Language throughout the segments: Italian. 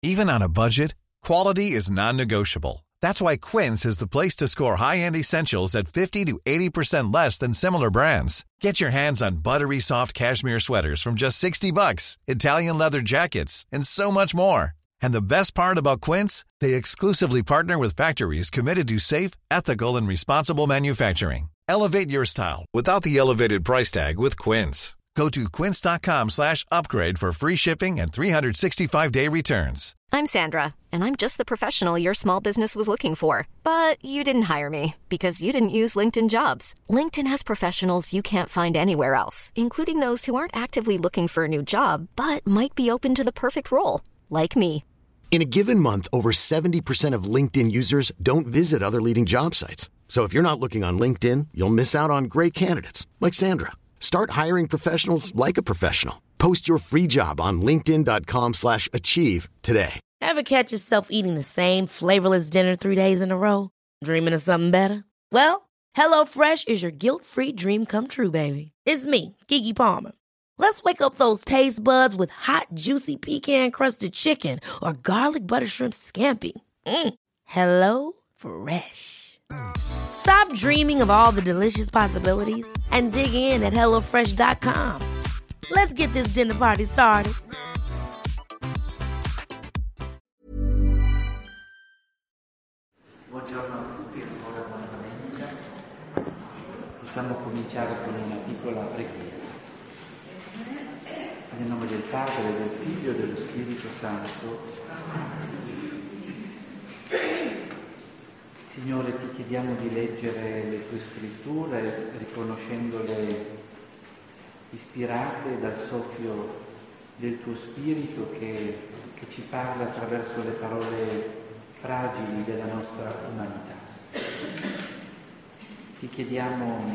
Even on a budget, quality is non-negotiable. That's why Quince is the place to score high-end essentials at 50 to 80% less than similar brands. Get your hands on buttery soft cashmere sweaters from just $60, Italian leather jackets, and so much more. And the best part about Quince, they exclusively partner with factories committed to safe, ethical, and responsible manufacturing. Elevate your style without the elevated price tag with Quince. Go to quince.com/upgrade for free shipping and 365-day returns. I'm Sandra, and I'm just the professional your small business was looking for. But you didn't hire me because you didn't use LinkedIn Jobs. LinkedIn has professionals you can't find anywhere else, including those who aren't actively looking for a new job, but might be open to the perfect role, like me. In a given month, over 70% of LinkedIn users don't visit other leading job sites. So if you're not looking on LinkedIn, you'll miss out on great candidates like Sandra. Start hiring professionals like a professional. Post your free job on linkedin.com/achieve today. Ever catch yourself eating the same flavorless dinner 3 days in a row? Dreaming of something better? Well, HelloFresh is your guilt-free dream come true, baby. It's me, Keke Palmer. Let's wake up those taste buds with hot, juicy pecan-crusted chicken or garlic butter shrimp scampi. Hello Fresh. Stop dreaming of all the delicious possibilities and dig in at HelloFresh.com. Let's get this dinner party started. Buongiorno a tutti, ancora buona domenica. Possiamo cominciare con una piccola preghiera. Nel nome del Padre, del Figlio e dello Spirito Santo. Signore, ti chiediamo di leggere le tue scritture riconoscendole ispirate dal soffio del tuo Spirito che ci parla attraverso le parole fragili della nostra umanità. Ti chiediamo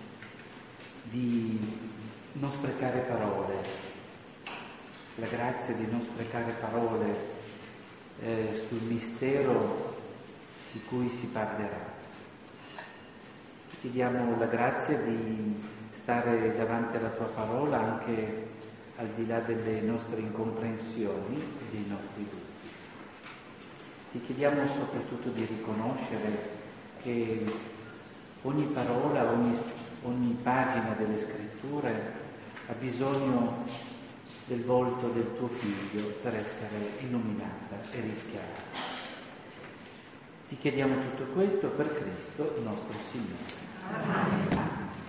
di non sprecare parole, la grazia di non sprecare parole sul mistero di cui si parlerà. Ti chiediamo la grazia di stare davanti alla tua parola anche al di là delle nostre incomprensioni e dei nostri dubbi. Ti chiediamo soprattutto di riconoscere che ogni parola, ogni pagina delle scritture ha bisogno del volto del tuo Figlio per essere illuminata e rischiarata. Ti chiediamo tutto questo per Cristo, nostro Signore. Amen.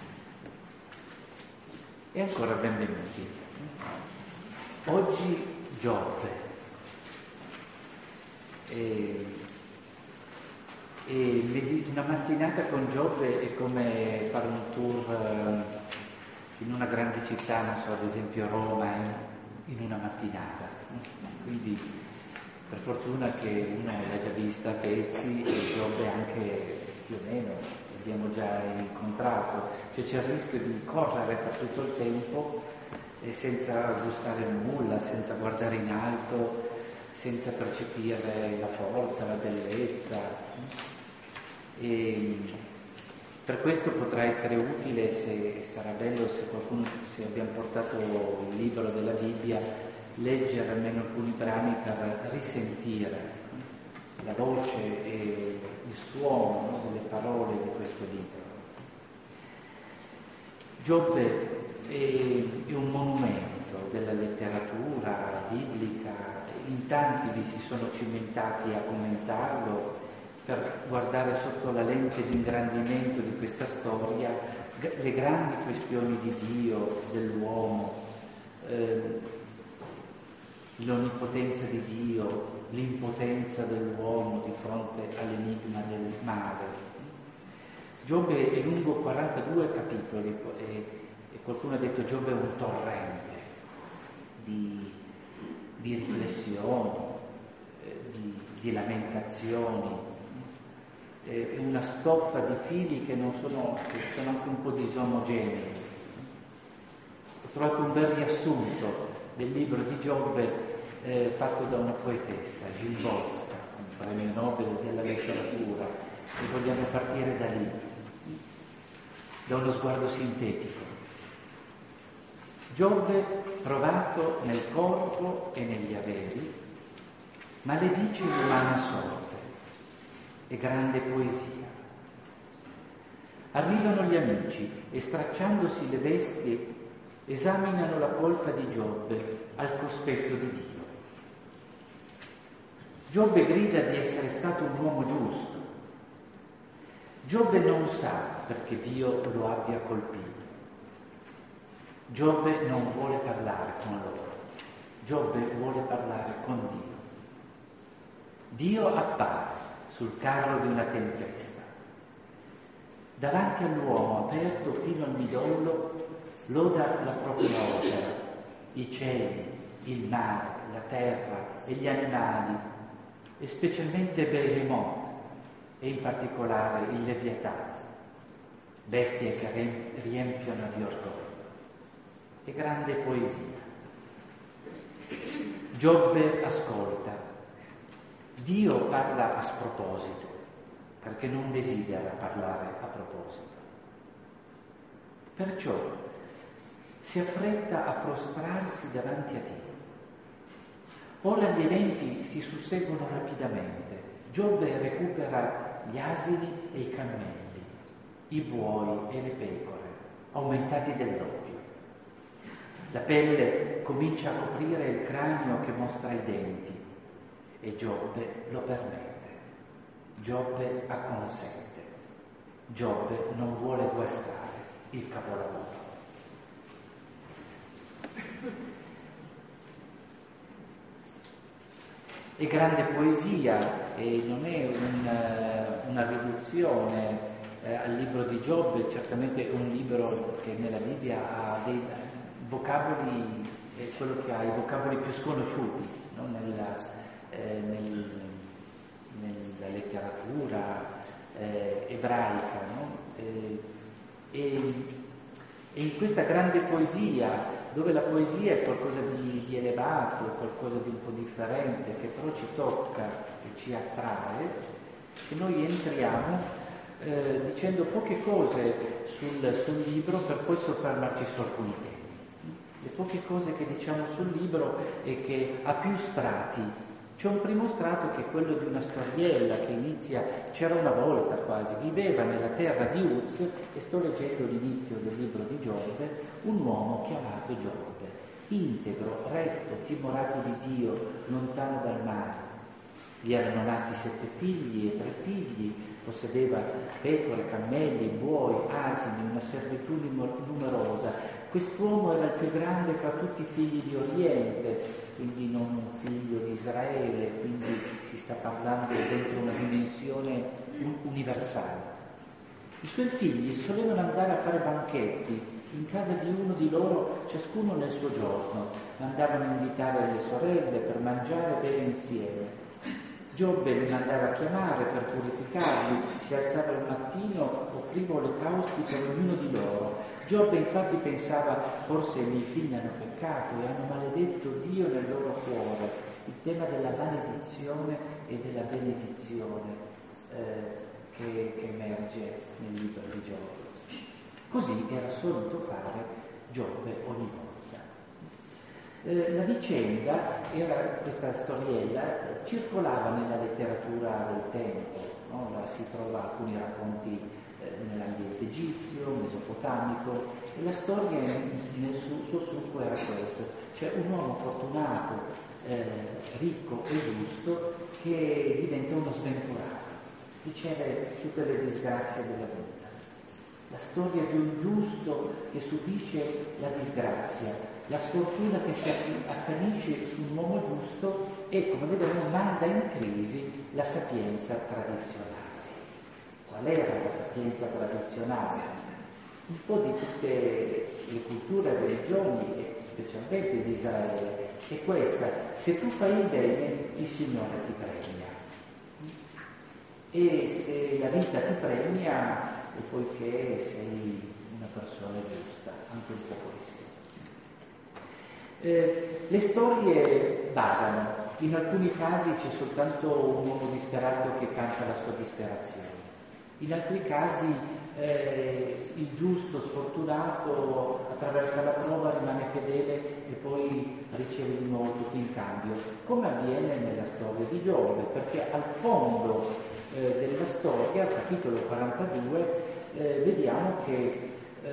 E ancora benvenuti. Oggi Giobbe. Una mattinata con Giobbe è come fare un tour in una grande città, non so, ad esempio Roma, in una mattinata. Quindi per fortuna che uno l'ha già vista a pezzi e Giobbe anche più o meno, l'abbiamo già incontrato, cioè c'è il rischio di correre per tutto il tempo e senza gustare nulla, senza guardare in alto, senza percepire la forza, la bellezza. E per questo potrà essere utile, se sarà bello, se abbiamo portato il libro della Bibbia, leggere almeno alcuni brani per risentire la voce e il suono, no, delle parole di questo libro. Giobbe è un monumento della letteratura biblica, in tanti vi si sono cimentati a commentarlo per guardare sotto la lente di ingrandimento di questa storia le grandi questioni di Dio, dell'uomo, l'onnipotenza di Dio, l'impotenza dell'uomo di fronte all'enigma del male. Giobbe è lungo 42 capitoli e qualcuno ha detto Giobbe è un torrente di riflessioni, di lamentazioni, è una stoffa di fili che sono anche un po' disomogenei. Ho trovato un bel riassunto del libro di Giobbe fatto da una poetessa, Gil Bosca, un premio Nobel della letteratura, e vogliamo partire da lì, da uno sguardo sintetico. Giobbe, provato nel corpo e negli averi, ma le dice in umana sorte. È grande poesia. Arrivano gli amici e, stracciandosi le vesti, esaminano la colpa di Giobbe al cospetto di Dio. Giobbe grida di essere stato un uomo giusto. Giobbe non sa perché Dio lo abbia colpito. Giobbe non vuole parlare con loro. Giobbe vuole parlare con Dio. Dio appare sul carro di una tempesta. Davanti all'uomo aperto fino al midollo loda la propria opera, i cieli, il mare, la terra e gli animali, e specialmente Behemoth e in particolare il Leviatano, bestie che riempiono di orgoglio. È grande poesia. Giobbe ascolta. Dio parla a sproposito, perché non desidera parlare a proposito. Perciò si affretta a prostrarsi davanti a Dio. Ora gli eventi si susseguono rapidamente. Giobbe recupera gli asini e i cammelli, i buoi e le pecore, aumentati del doppio. La pelle comincia a coprire il cranio che mostra i denti e Giobbe lo permette. Giobbe acconsente. Giobbe non vuole guastare il capolavoro. È grande poesia e non è una riduzione al libro di Giobbe, certamente è un libro che nella Bibbia ha dei vocaboli, è quello che ha i vocaboli più sconosciuti, no? nella letteratura ebraica, no? E in questa grande poesia, dove la poesia è qualcosa di elevato, qualcosa di un po' differente, che però ci tocca e ci attrae, che noi entriamo dicendo poche cose sul libro per poi soffermarci su alcuni temi. Le poche cose che diciamo sul libro è che ha più strati. C'è un primo strato che è quello di una storiella che inizia, c'era una volta quasi, viveva nella terra di Uz, e sto leggendo l'inizio del libro di Giobbe, un uomo chiamato Giobbe, integro, retto, timorato di Dio, lontano dal male. Gli erano nati 7 figli e 3 figli, possedeva pecore, cammelli, buoi, asini, una servitù numerosa. Quest'uomo era il più grande fra tutti i figli di Oriente, quindi non un figlio di Israele, quindi si sta parlando dentro una dimensione universale. I suoi figli solevano andare a fare banchetti in casa di uno di loro, ciascuno nel suo giorno. Andavano a invitare le sorelle per mangiare e bere insieme. Giobbe li mandava a chiamare per purificarli, si alzava il mattino, offriva olocausti per ognuno di loro. Giobbe infatti pensava: forse i miei figli hanno peccato e hanno maledetto Dio nel loro cuore. Il tema della maledizione e della benedizione che emerge nel libro di Giobbe. Così era solito fare Giobbe ogni volta. La vicenda era, questa storiella circolava nella letteratura del tempo, no? Si trova alcuni racconti nell'ambiente egizio, mesopotamico, e la storia nel suo succo era questo: c'è un uomo fortunato, ricco e giusto, che diventa uno sventurato, riceve tutte le disgrazie della vita. La storia di un giusto che subisce la disgrazia, la sfortuna che si accanisce su un uomo giusto e, come vedremo, manda in crisi la sapienza tradizionale. Qual era la sapienza tradizionale? Un po' di tutte le culture e religioni, e specialmente di Israele, è questa: se tu fai il bene, il Signore ti premia. E se la vita ti premia, e poiché sei una persona giusta, anche un po' questo. Le storie vagano, in alcuni casi c'è soltanto un uomo disperato che canta la sua disperazione, In altri casi il giusto sfortunato attraverso la prova rimane fedele e poi riceve di nuovo tutto in cambio, come avviene nella storia di Giobbe, perché al fondo della storia, al capitolo 42, vediamo che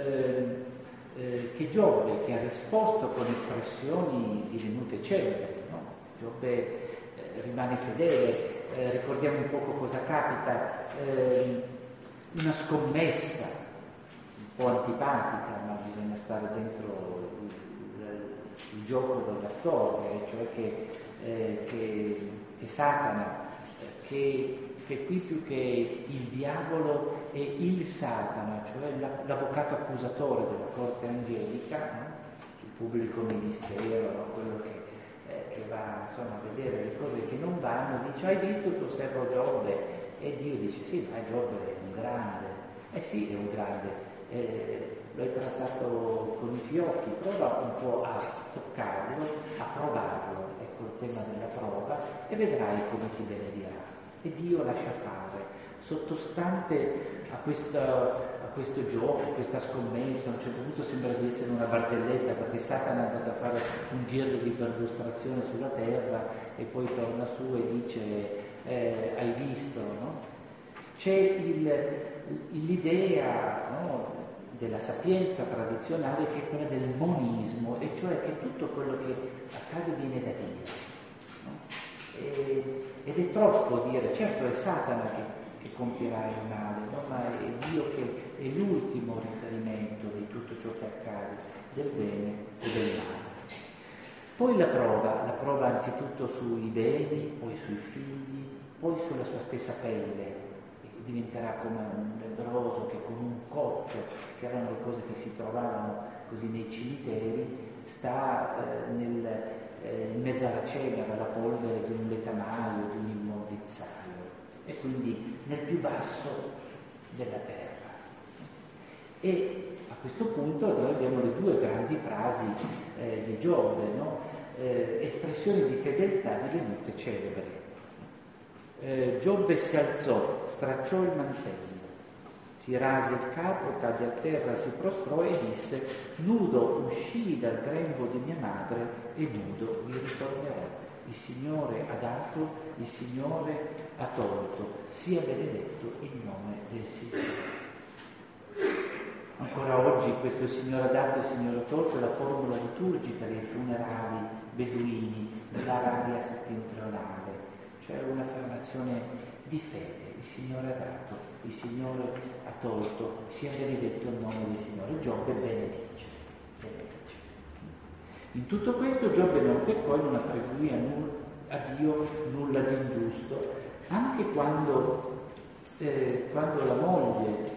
Giobbe, che ha risposto con espressioni divenute celebri, no? Giobbe rimane fedele, ricordiamo un poco cosa capita, una scommessa un po' antipatica, ma bisogna stare dentro il gioco della storia, cioè che Satana, che qui più che il diavolo è il Satana, cioè l'avvocato accusatore della corte angelica, no? Il pubblico ministero, no? Quello che va insomma a vedere le cose che non vanno, dice: hai visto il tuo servo Giobbe? E Dio dice: sì, ma Giobbe è un grande. Sì, è un grande, lo hai trattato con i fiocchi, prova un po' a toccarlo, a provarlo, ecco il tema della prova, e vedrai come ti benedirà. E Dio lascia fare, sottostante a questo gioco, a questa scommessa. A un certo punto sembra di essere una barzelletta, perché Satana è andato a fare un giro di perlustrazione sulla terra e poi torna su e dice: hai visto, no? C'è l'idea, no, della sapienza tradizionale, che è quella del monismo, e cioè che tutto quello che accade viene da Dio, no? Ed è troppo dire: certo è Satana che compierà il male, no? Ma è Dio che è l'ultimo riferimento di tutto ciò che accade, del bene e del male. Poi la prova anzitutto sui beni, poi sui figli, poi sulla sua stessa pelle. Diventerà come un lebbroso che con un coccio, che erano le cose che si trovavano così nei cimiteri, sta in mezzo alla cenere, alla polvere di un letamaio, di un immondizzaio, e quindi nel più basso della terra. E a questo punto noi abbiamo le due grandi frasi di Giobbe, no? Espressioni di fedeltà divenute celebri. Giobbe si alzò, stracciò il mantello, si rase il capo, cadde a terra, si prostrò e disse: nudo uscii dal grembo di mia madre e nudo vi ritornerò. Il Signore ha dato, il Signore ha tolto, sia benedetto il nome del Signore. Ancora oggi questo Signore ha dato, il Signore ha tolto è la formula liturgica dei funerali beduini dell'Arabia settentrionale, cioè un'affermazione di fede. Il Signore ha dato, il Signore ha tolto, sia benedetto il nome del Signore. Giobbe benedice. In tutto questo Giobbe non peccò e non attribuì a Dio nulla di ingiusto, anche quando la moglie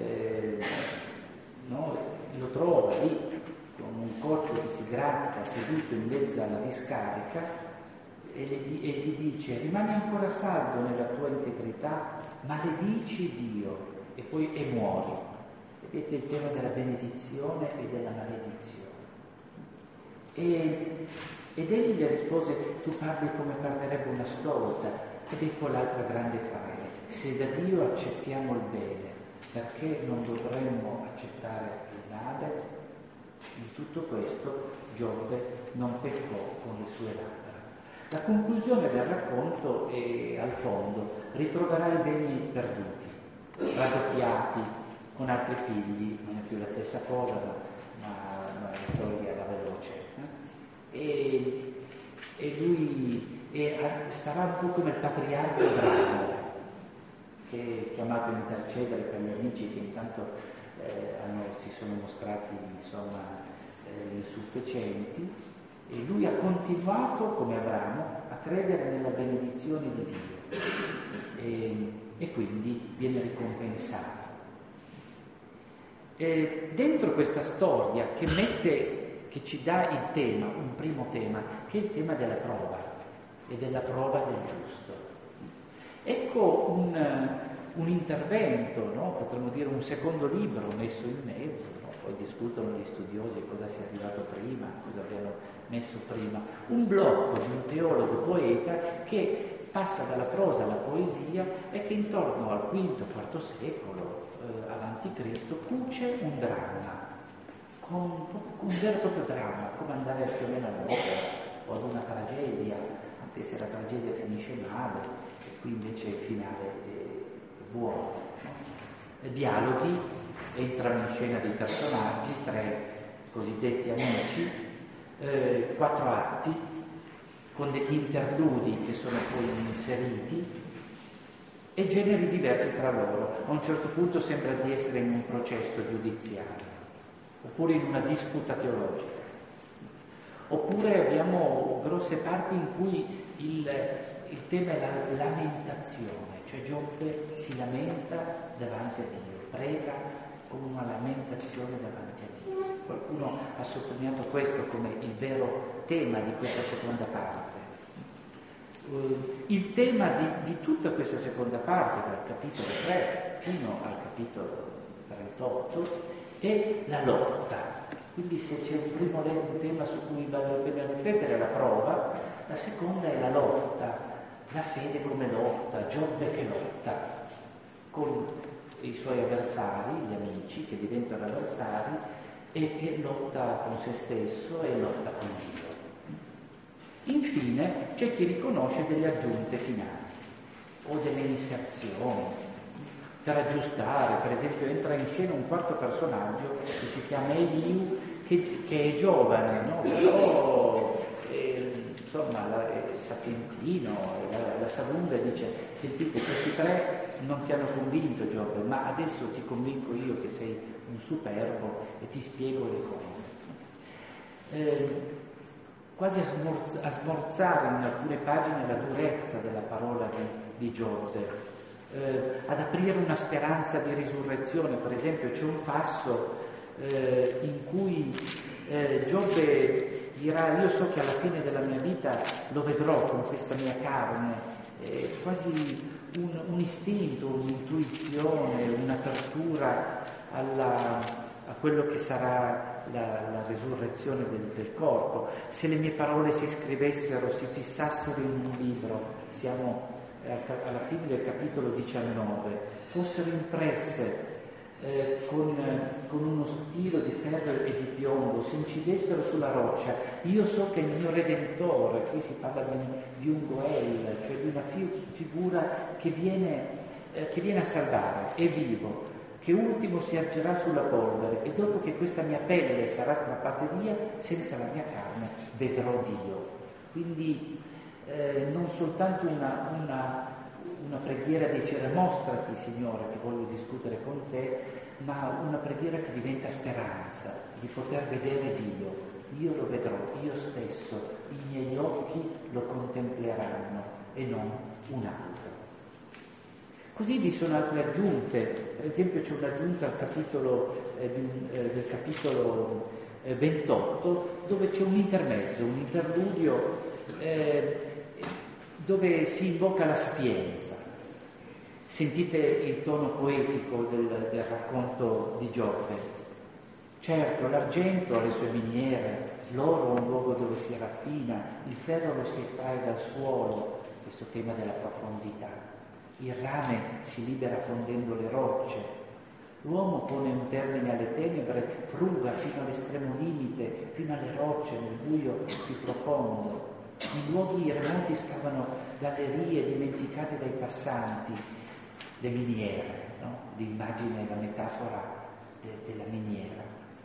lo trova lì con un coccio che si gratta seduto in mezzo alla discarica, e gli dice: rimani ancora saldo nella tua integrità, maledici Dio, e poi muori. Vedete il tema della benedizione e della maledizione. Ed egli gli rispose: tu parli come parlerebbe una stolta. Ed ecco l'altra grande frase: se da Dio accettiamo il bene, perché non dovremmo accettare il male? In tutto questo Giobbe non peccò con le sue labbra. La conclusione del racconto è, al fondo, ritroverà i beni perduti, raddoppiati con altri figli. Non è più la stessa cosa, ma la storia va veloce. E lui sarà un po' come il patriarca Abramo, che è chiamato a intercedere per gli amici che intanto si sono mostrati insufficienti. E lui ha continuato, come Abramo, a credere nella benedizione di Dio e quindi viene ricompensato. Dentro questa storia che ci dà il tema, un primo tema, che è il tema della prova e della prova del giusto. Ecco un intervento, no? Potremmo dire un secondo libro messo in mezzo, no? Poi discutono gli studiosi cosa sia arrivato prima, cosa abbiano messo prima, un blocco di un teologo poeta che passa dalla prosa alla poesia e che intorno al V-IV secolo avanti Cristo cuce un dramma, con un vero e proprio dramma, come andare più o meno all'opera o ad una tragedia, anche se la tragedia finisce male e qui invece il finale è buono, no? Dialoghi, entrano in scena dei personaggi, 3 cosiddetti amici, 4 atti con degli interludi che sono poi inseriti e generi diversi tra loro. A un certo punto sembra di essere in un processo giudiziario oppure in una disputa teologica, oppure abbiamo grosse parti in cui il tema è la lamentazione, cioè Giobbe si lamenta davanti a Dio, prega con una lamentazione davanti a Dio. Qualcuno ha sottolineato questo come il vero tema di questa seconda parte. Il tema di tutta questa seconda parte, dal capitolo 3 fino al capitolo 38, è la lotta. Quindi se c'è un primo tema su cui vale la pena riflettere è la prova, la seconda è la lotta, la fede come lotta, Giobbe che lotta con i suoi avversari, gli amici che diventano avversari, e che lotta con se stesso e lotta con Dio. Infine c'è chi riconosce delle aggiunte finali o delle inserzioni per aggiustare. Per esempio entra in scena un quarto personaggio che si chiama Eliu, che è giovane, no? Però insomma è sapientino, la Salunga dice: sentite, questi 3 non ti hanno convinto, Giobbe, ma adesso ti convinco io che sei un superbo e ti spiego le cose. Quasi a smorzare in alcune pagine la durezza della parola di Giobbe, ad aprire una speranza di risurrezione. Per esempio c'è un passo in cui Giobbe dirà: io so che alla fine della mia vita lo vedrò con questa mia carne, quasi un istinto, un'intuizione, un'apertura a quello che sarà la risurrezione del corpo. Se le mie parole si scrivessero, si fissassero in un libro, siamo alla fine del capitolo 19, fossero impresse con uno stilo di ferro e di piombo, si incidessero sulla roccia, io so che il mio Redentore, qui si parla di un Goel, cioè di una figura che viene a salvare, è vivo, che ultimo si ergerà sulla polvere, e dopo che questa mia pelle sarà strappata via, senza la mia carne vedrò Dio. Quindi non soltanto una preghiera di dicere: mostrati, Signore, che voglio discutere con te, ma una preghiera che diventa speranza di poter vedere Dio. Io lo vedrò, io stesso, i miei occhi lo contempleranno e non un altro. Così vi sono altre aggiunte. Per esempio c'è un'aggiunta al capitolo del capitolo 28, dove c'è un intermezzo, un interludio dove si invoca la sapienza. Sentite il tono poetico del racconto di Giobbe. Certo, l'argento ha le sue miniere, l'oro è un luogo dove si raffina, il ferro lo si estrae dal suolo, questo tema della profondità. Il rame si libera fondendo le rocce. L'uomo pone un termine alle tenebre, fruga fino all'estremo limite, fino alle rocce, nel buio più profondo. In luoghi remoti scavano gallerie dimenticate dai passanti, le miniere, no? L'immagine, la metafora della miniera.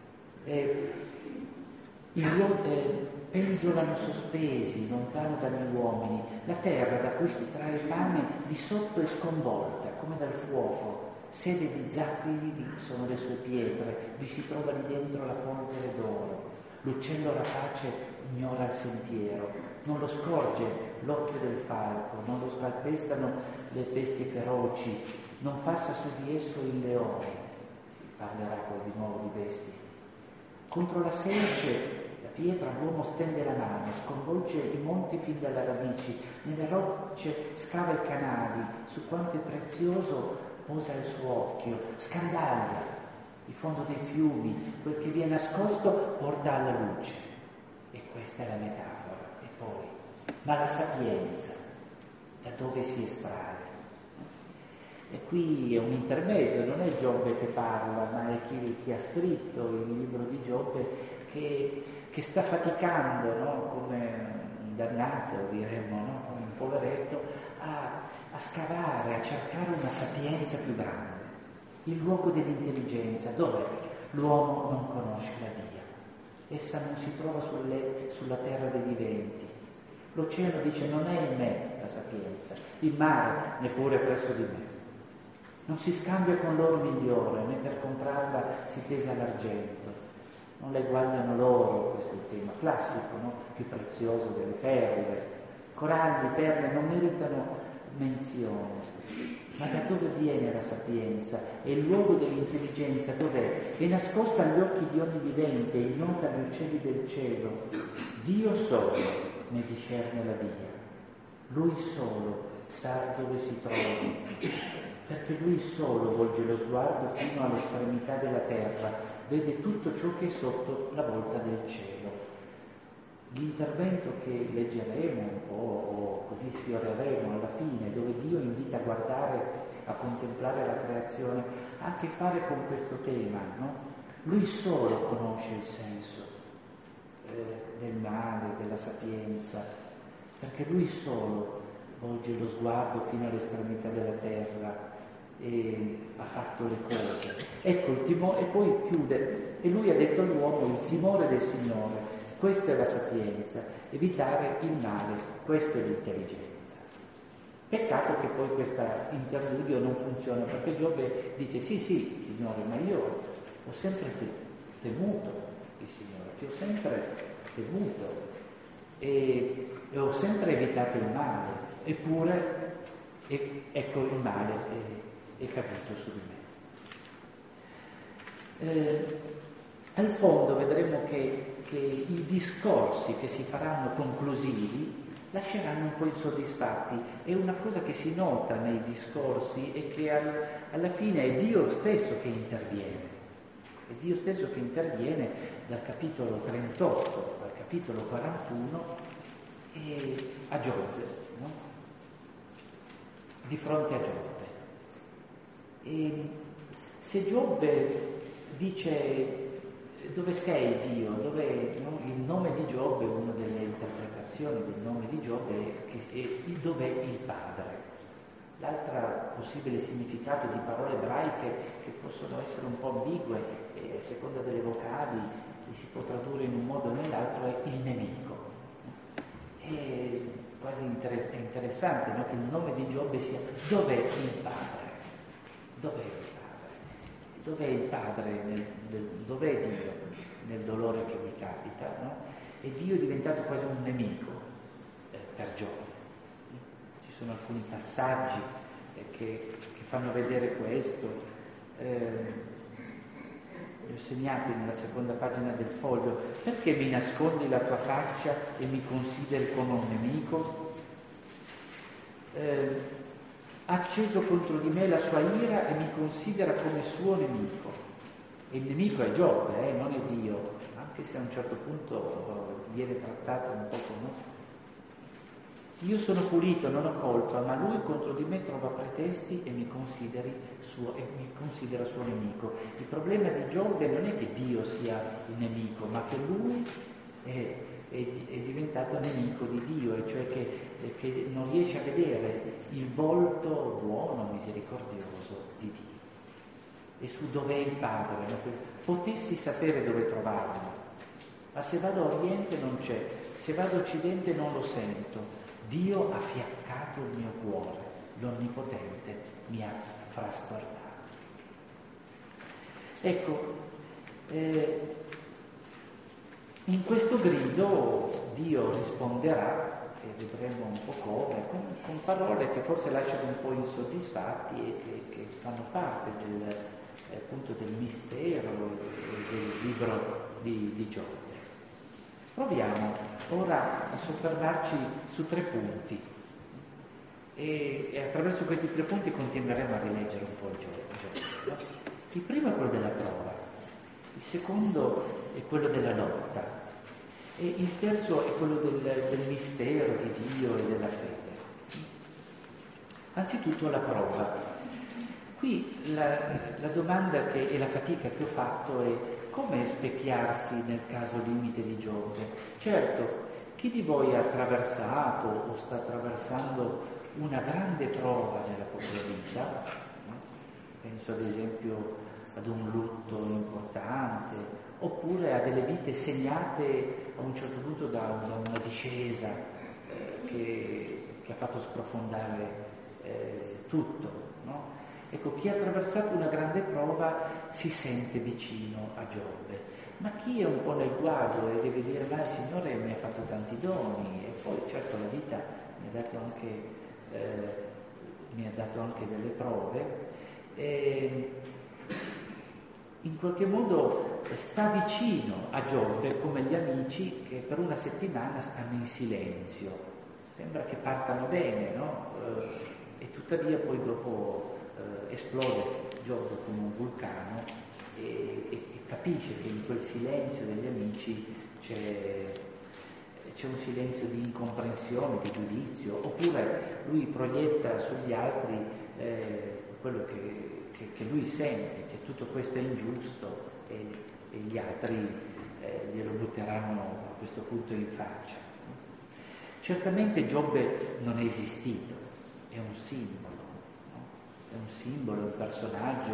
Penzolano sospesi, lontano dagli uomini. La terra da cui si trae il pane di sotto è sconvolta, come dal fuoco. Sede di zaffiri sono le sue pietre, vi si trova lì dentro la polvere d'oro. L'uccello rapace ignora il sentiero, non lo scorge l'occhio del falco, non lo scalpestano le bestie feroci, non passa su di esso il leone. Si parlerà poi di nuovo di bestie. Contro la selce, la pietra, l'uomo stende la mano, sconvolge i monti fin dalle radici, nelle rocce scava i canali, su quanto è prezioso posa il suo occhio, scandaglia il fondo dei fiumi, quel che viene nascosto porta alla luce. E questa è la metafora. E poi, ma la sapienza, da dove si estrae. E qui è un intermedio, non è Giobbe che parla, ma è chi ha scritto il libro di Giobbe che sta faticando, no? Come un dannato, diremmo, no? Come un poveretto, a scavare, a cercare una sapienza più grande. Il luogo dell'intelligenza, dov'è? L'uomo non conosce la via. Essa non si trova sulla terra dei viventi. L'oceano dice non è in me la sapienza, il mare neppure presso di me. Non si scambia con l'oro migliore, né per comprarla si pesa l'argento. Non la eguagliano l'oro, questo è il tema classico, no? Più prezioso delle perle. Coralli, perle non meritano menzione. Ma da dove viene la sapienza? E il luogo dell'intelligenza dov'è? È nascosta agli occhi di ogni vivente, ignota agli uccelli del cielo. Dio solo ne discerne la via. Lui solo sa dove si trovi, perché Lui solo volge lo sguardo fino all'estremità della terra, vede tutto ciò che è sotto la volta del cielo. L'intervento che leggeremo un po' o così sfioreremo alla fine, dove Dio invita a guardare, a contemplare la creazione, ha a che fare con questo tema, no? Lui solo conosce il senso del male, della sapienza, perché Lui solo volge lo sguardo fino all'estremità della terra e ha fatto le cose. Ecco il timore, e poi chiude, e Lui ha detto all'uomo il timore del Signore. Questa è la sapienza, evitare il male, questa è l'intelligenza. Peccato che poi questo interludio non funziona, perché Giobbe dice sì, Signore, ma io ho sempre temuto il Signore, ti ho sempre temuto e ho sempre evitato il male, eppure ecco il male è caduto su di me. Al fondo vedremo che i discorsi che si faranno conclusivi lasceranno un po' insoddisfatti. È una cosa che si nota nei discorsi e che alla fine è Dio stesso che interviene. È Dio stesso che interviene dal capitolo 38 al capitolo 41 e a Giobbe, no? Di fronte a Giobbe. E se Giobbe dice dove sei Dio, no? Il nome di Giobbe, una delle interpretazioni del nome di Giobbe è dov'è il Padre. L'altro possibile significato di parole ebraiche che possono essere un po' ambigue a seconda delle vocali, si può tradurre in un modo o nell'altro, è il nemico. È quasi interessante, no? Che il nome di Giobbe sia dov'è il Padre? Dov'è il Padre? Dov'è il Padre? Dov'è Dio nel dolore che mi capita? No? E Dio è diventato quasi un nemico per Giobbe. Ci sono alcuni passaggi che fanno vedere questo. Li ho segnati nella seconda pagina del foglio. Perché mi nascondi la tua faccia e mi consideri come un nemico? Ha acceso contro di me la sua ira e mi considera come suo nemico. E il nemico è Giobbe, non è Dio, anche se a un certo punto viene trattato un po' come... Io sono pulito, non ho colpa, ma lui contro di me trova pretesti e mi considera suo nemico. Il problema di Giobbe non è che Dio sia il nemico, ma che lui è diventato nemico di Dio, e cioè che non riesce a vedere il volto buono, misericordioso di Dio. E su dov'è il Padre, no? Potessi sapere dove trovarlo, ma se vado a Oriente non c'è, se vado a Occidente non lo sento. Dio ha fiaccato il mio cuore, l'Onnipotente mi ha frastornato. Ecco, in questo grido Dio risponderà, e vedremo un po' come, con parole che forse lasciano un po' insoddisfatti e che fanno parte appunto del mistero del libro di Giobbe. Proviamo ora a soffermarci su 3 punti e attraverso questi 3 punti continueremo a rileggere un po' il Giobbe. Il primo è quello della prova, il secondo è quello della lotta e il terzo è quello del mistero di Dio e della fede. Anzitutto la prova. Qui la domanda e la fatica che ho fatto è: come specchiarsi nel caso limite di Giobbe? Certo, chi di voi ha attraversato o sta attraversando una grande prova nella propria vita, no? Penso ad esempio ad un lutto importante, oppure a delle vite segnate a un certo punto da una discesa che ha fatto sprofondare tutto, no? Ecco, chi ha attraversato una grande prova si sente vicino a Giobbe, ma chi è un po' nel guado e deve dire: ma il Signore mi ha fatto tanti doni, e poi certo la vita mi ha dato anche delle prove, in qualche modo sta vicino a Giobbe come gli amici che per una settimana stanno in silenzio. Sembra che partano bene, no? E tuttavia poi dopo esplode Giobbe come un vulcano e capisce che in quel silenzio degli amici c'è un silenzio di incomprensione, di giudizio, oppure lui proietta sugli altri quello che lui sente, che tutto questo è ingiusto e gli altri glielo butteranno a questo punto in faccia. Certamente Giobbe non è esistito, è un simbolo, no? È un simbolo, un personaggio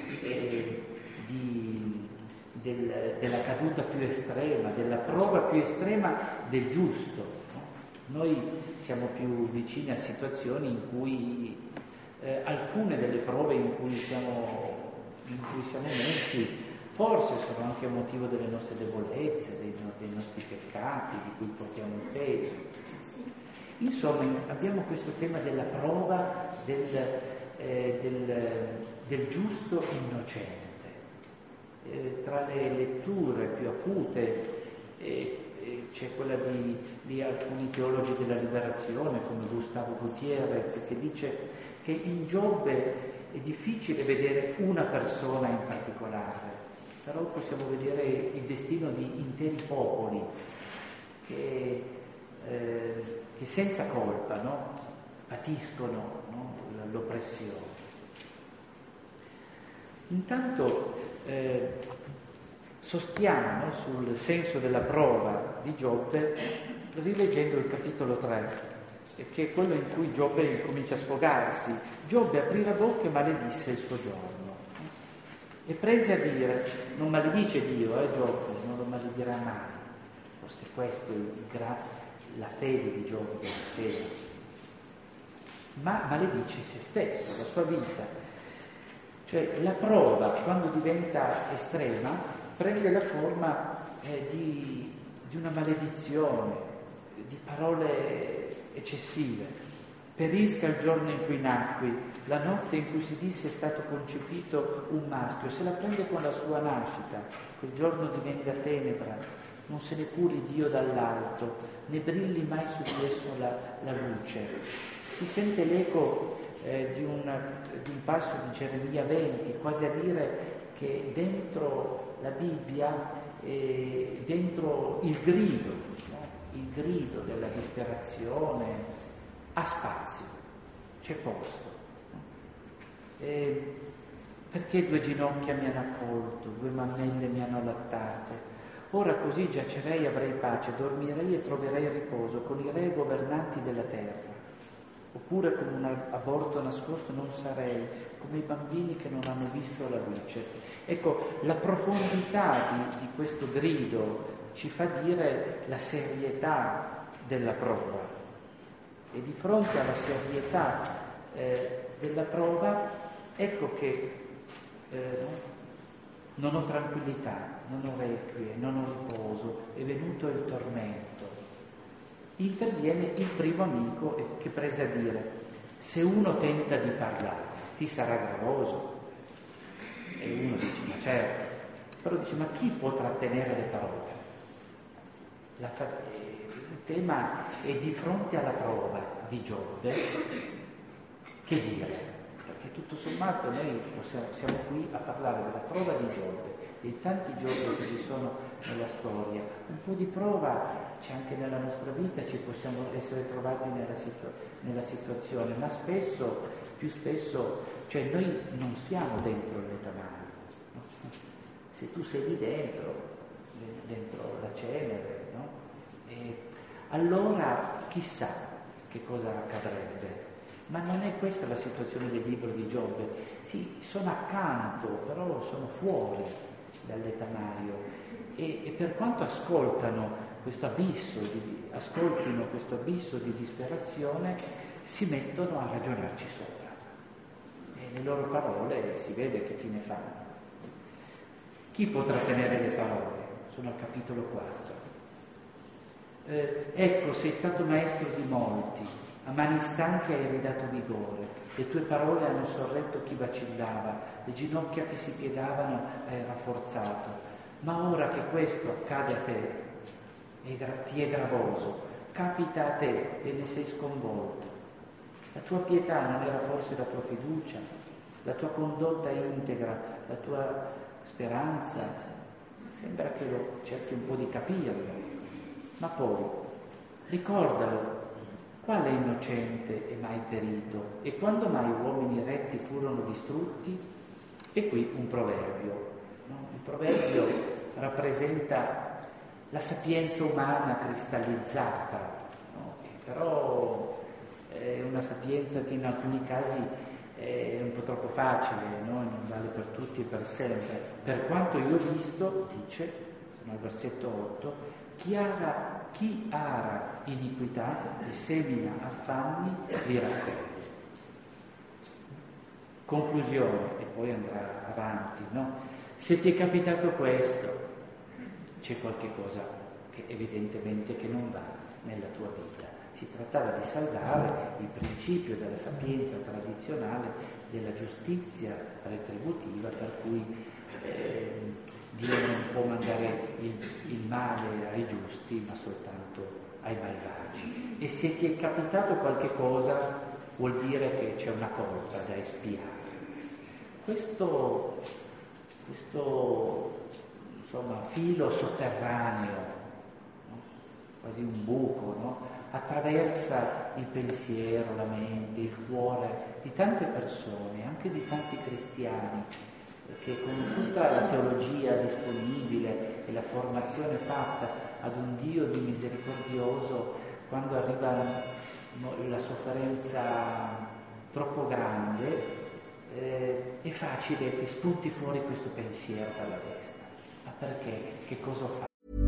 della caduta più estrema, della prova più estrema del giusto, no? Noi siamo più vicini a situazioni in cui alcune delle prove in cui siamo messi forse sono anche a motivo delle nostre debolezze, dei nostri peccati, di cui portiamo il peso. Insomma, abbiamo questo tema della prova del giusto innocente. Tra le letture più acute c'è quella di alcuni teologi della liberazione come Gustavo Gutierrez, che dice che in Giobbe è difficile vedere una persona in particolare, però possiamo vedere il destino di interi popoli che senza colpa, no? Patiscono, no? L'oppressione. Intanto sostiamo sul senso della prova di Giobbe rileggendo il capitolo 3, che è quello in cui Giobbe comincia a sfogarsi. Giobbe aprì la bocca e maledisse il suo giorno e prese a dire: non maledice Dio, Giobbe, non lo maledirà mai. Forse questo è la fede di Giobbe, ma maledice se stesso, la sua vita. Cioè la prova, quando diventa estrema, prende la forma di una maledizione, di parole eccessive. Perisca il giorno in cui nacqui, la notte in cui si disse è stato concepito un maschio, se la prende con la sua nascita, quel giorno divenga tenebra, non se ne curi Dio dall'alto, né brilli mai su di esso la luce. Si sente l'eco di un passo di Geremia 20, quasi a dire che dentro la Bibbia, dentro il grido, no? Il grido della disperazione ha spazio, c'è posto. No? Perché 2 ginocchia mi hanno accolto, 2 mammelle mi hanno allattate? Ora così giacerei, avrei pace, dormirei e troverei riposo con i re governanti della terra. Oppure come un aborto nascosto non sarei, come i bambini che non hanno visto la luce. Ecco, la profondità di questo grido ci fa dire la serietà della prova. E di fronte alla serietà della prova, ecco che non ho tranquillità, non ho requie, non ho riposo, è venuto il tormento. Interviene il primo amico che prese a dire: se uno tenta di parlare ti sarà gravoso. E uno dice: ma certo, però dice: ma chi può trattenere le parole? Il tema è di fronte alla prova di Giobbe, che dire? Perché tutto sommato noi siamo qui a parlare della prova di Giobbe, dei tanti Giobbe che ci sono nella storia. Un po' di prova c'è anche nella nostra vita, ci possiamo essere trovati nella situazione, ma più spesso, cioè noi non siamo dentro il letamaio, no? Se tu sei lì dentro la cenere, no? E allora chissà che cosa accadrebbe. Ma non è questa la situazione del libro di Giobbe. Sì, sono accanto, però sono fuori dal letamaio e per quanto ascoltino questo abisso di disperazione, si mettono a ragionarci sopra. E le loro parole si vede che fine fanno. Chi potrà tenere le parole? Sono al capitolo 4. Ecco, sei stato maestro di molti, a mani stanche hai ridato vigore, le tue parole hanno sorretto chi vacillava, le ginocchia che si piegavano hai rafforzato, ma ora che questo accade a te, ti è gravoso, capita a te e ne sei sconvolto. La tua pietà non era forse la tua fiducia, la tua condotta integra, la tua speranza? Sembra che lo cerchi un po' di capirlo, ma poi ricordalo. Quale innocente è mai perito? E quando mai uomini retti furono distrutti? E qui un proverbio. No? Il proverbio rappresenta la sapienza umana cristallizzata, no? Però è una sapienza che in alcuni casi è un po' troppo facile, no? Non vale per tutti e per sempre. Per quanto io ho visto, dice, sono al versetto 8, chi ara iniquità e semina affanni li raccoglie. Conclusione, e poi andrà avanti, no? Se ti è capitato questo, c'è qualche cosa che evidentemente che non va nella tua vita. Si trattava di salvare il principio della sapienza tradizionale della giustizia retributiva, per cui Dio non può mandare il male ai giusti, ma soltanto ai malvagi. E se ti è capitato qualche cosa, vuol dire che c'è una colpa da espiare. Questo insomma, filo sotterraneo, no? Quasi un buco, no? Attraversa il pensiero, la mente, il cuore di tante persone, anche di tanti cristiani, che con tutta la teologia disponibile e la formazione fatta ad un Dio di misericordioso, quando arriva la sofferenza troppo grande, è facile che spunti fuori questo pensiero dalla testa. Ma perché? Che cosa ho fatto?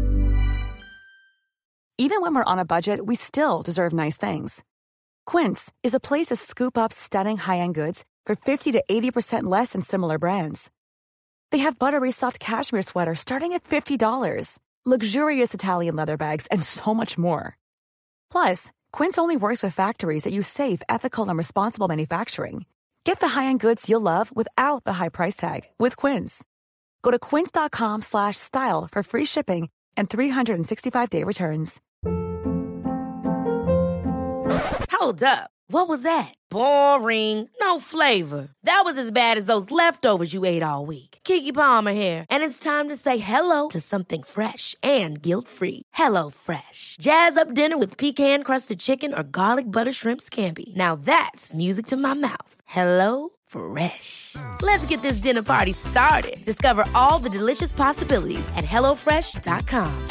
Even when we're on a budget, we still deserve nice things. Quince is a place to scoop up stunning high-end goods for 50 to 80% less than similar brands. They have buttery soft cashmere sweaters starting at $50, luxurious Italian leather bags, and so much more. Plus, Quince only works with factories that use safe, ethical, and responsible manufacturing. Get the high-end goods you'll love without the high price tag with Quince. Go to quince.com/style for free shipping and 365-day returns. Hold up. What was that? Boring. No flavor. That was as bad as those leftovers you ate all week. Keke Palmer here, and it's time to say hello to something fresh and guilt-free. Hello Fresh. Jazz up dinner with pecan-crusted chicken or garlic butter shrimp scampi. Now that's music to my mouth. Hello Fresh. Let's get this dinner party started. Discover all the delicious possibilities at hellofresh.com.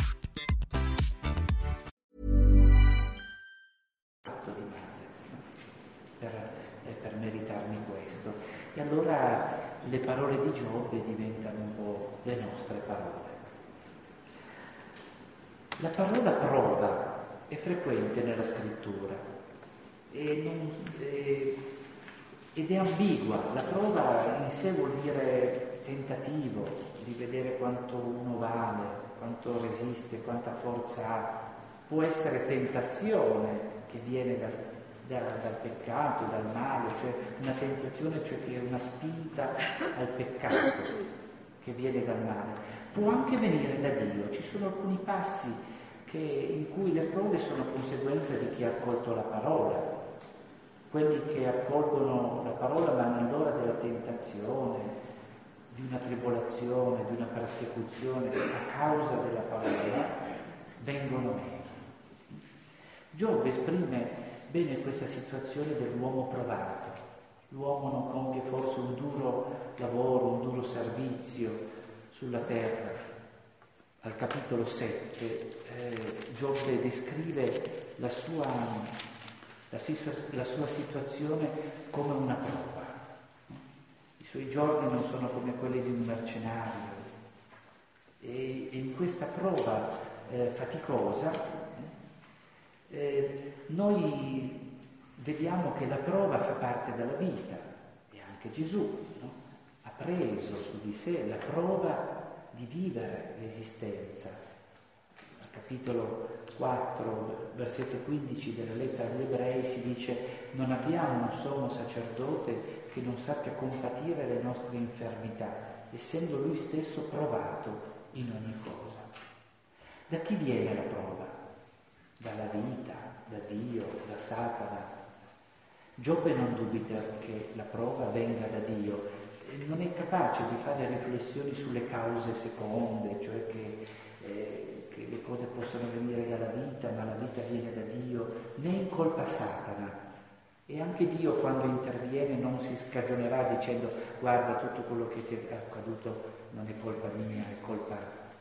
Per meritarmi questo. E allora le parole di Giobbe diventano un po' le nostre parole. La parola prova è frequente nella scrittura ed è ambigua. La prova in sé vuol dire tentativo di vedere quanto uno vale, quanto resiste, quanta forza ha. Può essere tentazione che viene dal peccato, dal male, cioè una tentazione, cioè che è una spinta al peccato che viene dal male. Può anche venire da Dio. Ci sono alcuni passi in cui le prove sono conseguenza di chi ha accolto la parola. Quelli che accolgono la parola ma nell'ora della tentazione, di una tribolazione, di una persecuzione a causa della parola, vengono meno. Giobbe esprime bene questa situazione dell'uomo provato. L'uomo non compie forse un duro lavoro, un duro servizio sulla terra. Al capitolo 7 Giobbe descrive la sua situazione come una prova. I suoi giorni non sono come quelli di un mercenario e in questa prova faticosa noi vediamo che la prova fa parte della vita e anche Gesù, no? Ha preso su di sé la prova di vivere l'esistenza. Al capitolo 4, versetto 15 della lettera agli Ebrei si dice: non abbiamo un sommo sacerdote che non sappia compatire le nostre infermità, essendo lui stesso provato in ogni cosa. Da chi viene la prova? Dalla vita, da Dio, da Satana. Giobbe non dubita che la prova venga da Dio, non è capace di fare riflessioni sulle cause seconde, cioè che le cose possono venire dalla vita, ma la vita viene da Dio, né incolpa Satana. E anche Dio, quando interviene, non si scagionerà dicendo: guarda, tutto quello che ti è accaduto non è colpa mia, è colpa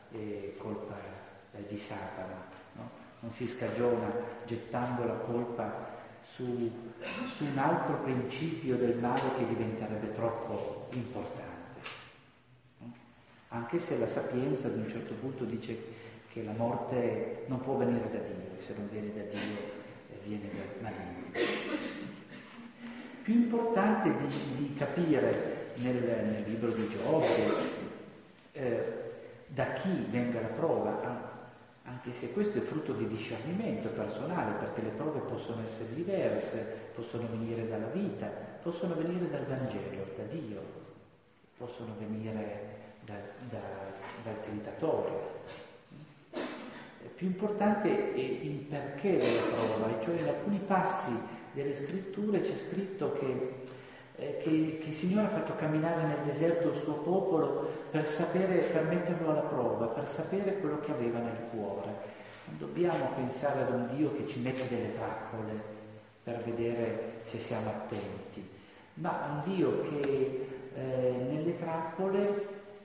di Satana, no? Non si scagiona gettando la colpa su un altro principio del male che diventerebbe troppo importante. Anche se la sapienza ad un certo punto dice che la morte non può venire da Dio, e se non viene da Dio viene dal maligno. Più importante di capire nel libro di Giobbe da chi venga la prova, anche se questo è frutto di discernimento personale, perché le prove possono essere diverse, possono venire dalla vita, possono venire dal Vangelo, da Dio, possono venire dal tentatore. Più importante è il perché della prova, e cioè in alcuni passi delle scritture c'è scritto che il Signore ha fatto camminare nel deserto il suo popolo per metterlo alla prova, per sapere quello che aveva nel cuore. Non dobbiamo pensare ad un Dio che ci mette delle trappole per vedere se siamo attenti, ma un Dio che nelle trappole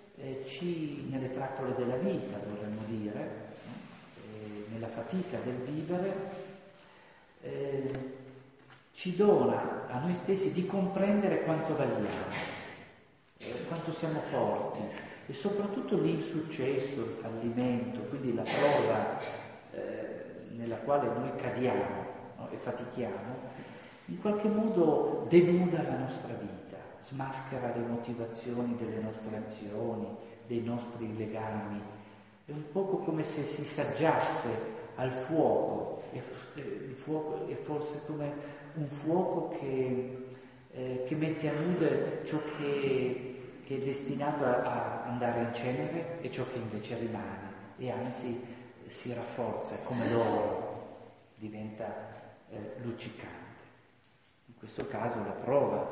della vita, vorremmo dire, nella fatica del vivere, ci dona a noi stessi di comprendere quanto valiamo, quanto siamo forti, e soprattutto l'insuccesso, il fallimento, quindi la prova nella quale noi cadiamo, no? E fatichiamo, in qualche modo denuda la nostra vita, smaschera le motivazioni delle nostre azioni, dei nostri legami. È un poco come se si saggiasse al fuoco, e il fuoco è forse come un fuoco che mette a nudo ciò che è destinato a andare in cenere e ciò che invece rimane, e anzi si rafforza, come l'oro, diventa luccicante. In questo caso la prova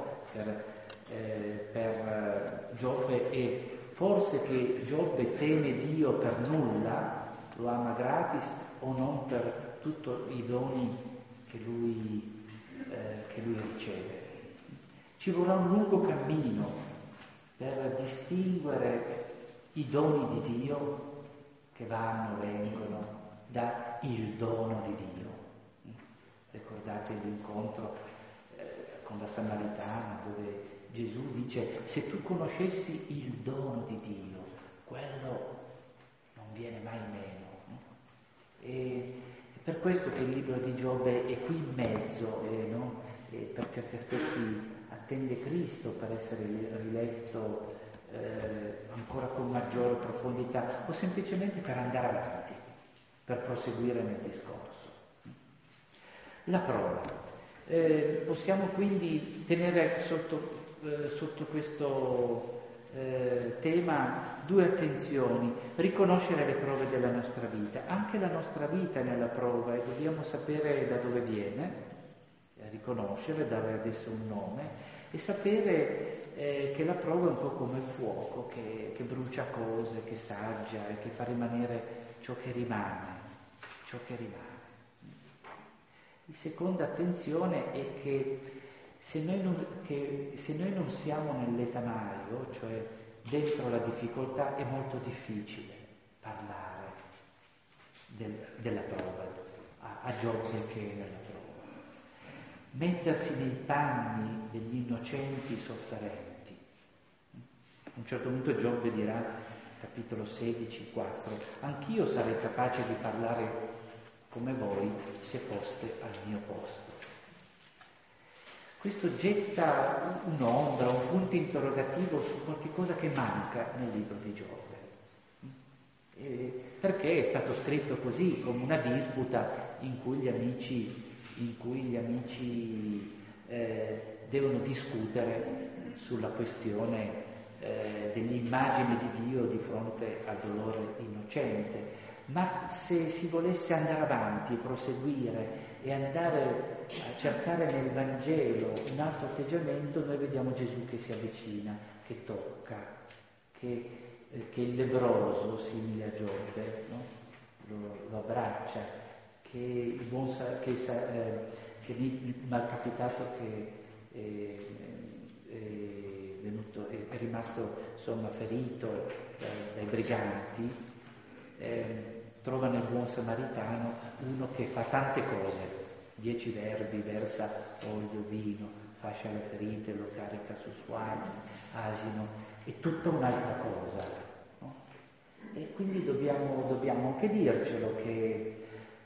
per Giobbe è forse che Giobbe teme Dio per nulla, lo ama gratis, o non per tutti i doni che lui riceve. Ci vorrà un lungo cammino per distinguere i doni di Dio che vanno, vengono, da il dono di Dio. Ricordate l'incontro con la Samaritana, dove Gesù dice: se tu conoscessi il dono di Dio, quello non viene mai meno. E per questo che il libro di Giobbe è qui in mezzo, no? E per certi aspetti attende Cristo per essere riletto ancora con maggiore profondità, o semplicemente per andare avanti, per proseguire nel discorso. La prova. Possiamo quindi tenere sotto questo tema due attenzioni: riconoscere le prove della nostra vita. Anche la nostra vita è nella prova, e dobbiamo sapere da dove viene, riconoscere, dare ad esso un nome, e sapere che la prova è un po' come il fuoco che brucia cose, che saggia e che fa rimanere ciò che rimane. La seconda attenzione è che se noi non siamo nell'etanaio, cioè dentro la difficoltà, è molto difficile parlare della prova, a Giobbe che è nella prova. Mettersi nei panni degli innocenti sofferenti. A un certo punto Giobbe dirà, capitolo 16, 4, anch'io sarei capace di parlare come voi se foste al mio posto. Questo getta un'ombra, un punto interrogativo su qualche cosa che manca nel libro di Giobbe. Perché è stato scritto così, come una disputa in cui gli amici devono discutere sulla questione dell'immagine di Dio di fronte al dolore innocente. Ma se si volesse andare avanti, proseguire e andare a cercare nel Vangelo un altro atteggiamento, noi vediamo Gesù che si avvicina, che tocca, che il lebbroso, simile a Giobbe, no? lo abbraccia, che il malcapitato che è rimasto insomma ferito dai briganti, trova nel buon samaritano uno che fa tante cose, 10 verbi, versa olio, vino, fascia le ferite, lo carica su suo asino, è tutta un'altra cosa, no? E quindi dobbiamo anche dircelo che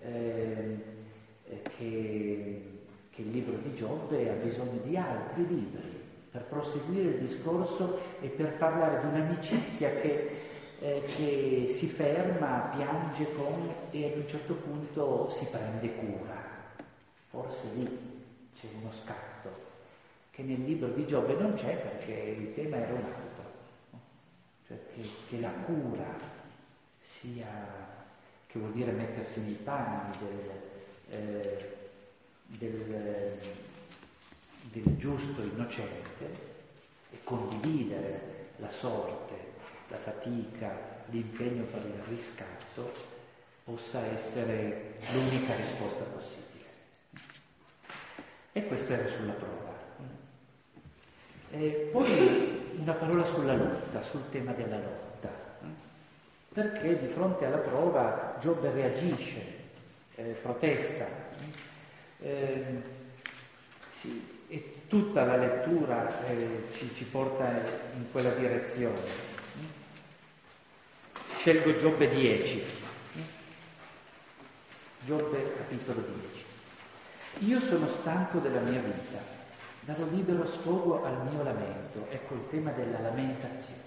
il libro di Giobbe ha bisogno di altri libri per proseguire il discorso e per parlare di un'amicizia che si ferma, piange e ad un certo punto si prende cura. Forse lì c'è uno scatto che nel libro di Giobbe non c'è, perché il tema era un altro, no? Cioè che la cura sia, che vuol dire mettersi nei panni del giusto innocente e condividere la sorte, la fatica, l'impegno per il riscatto, possa essere l'unica risposta possibile. E questo era sulla prova. E poi una parola sulla lotta, sul tema della lotta, perché di fronte alla prova Giobbe reagisce, protesta. E tutta la lettura ci porta in quella direzione. Scelgo Giobbe 10. Giobbe capitolo 10. Io sono stanco della mia vita, darò libero sfogo al mio lamento. Ecco il tema della lamentazione.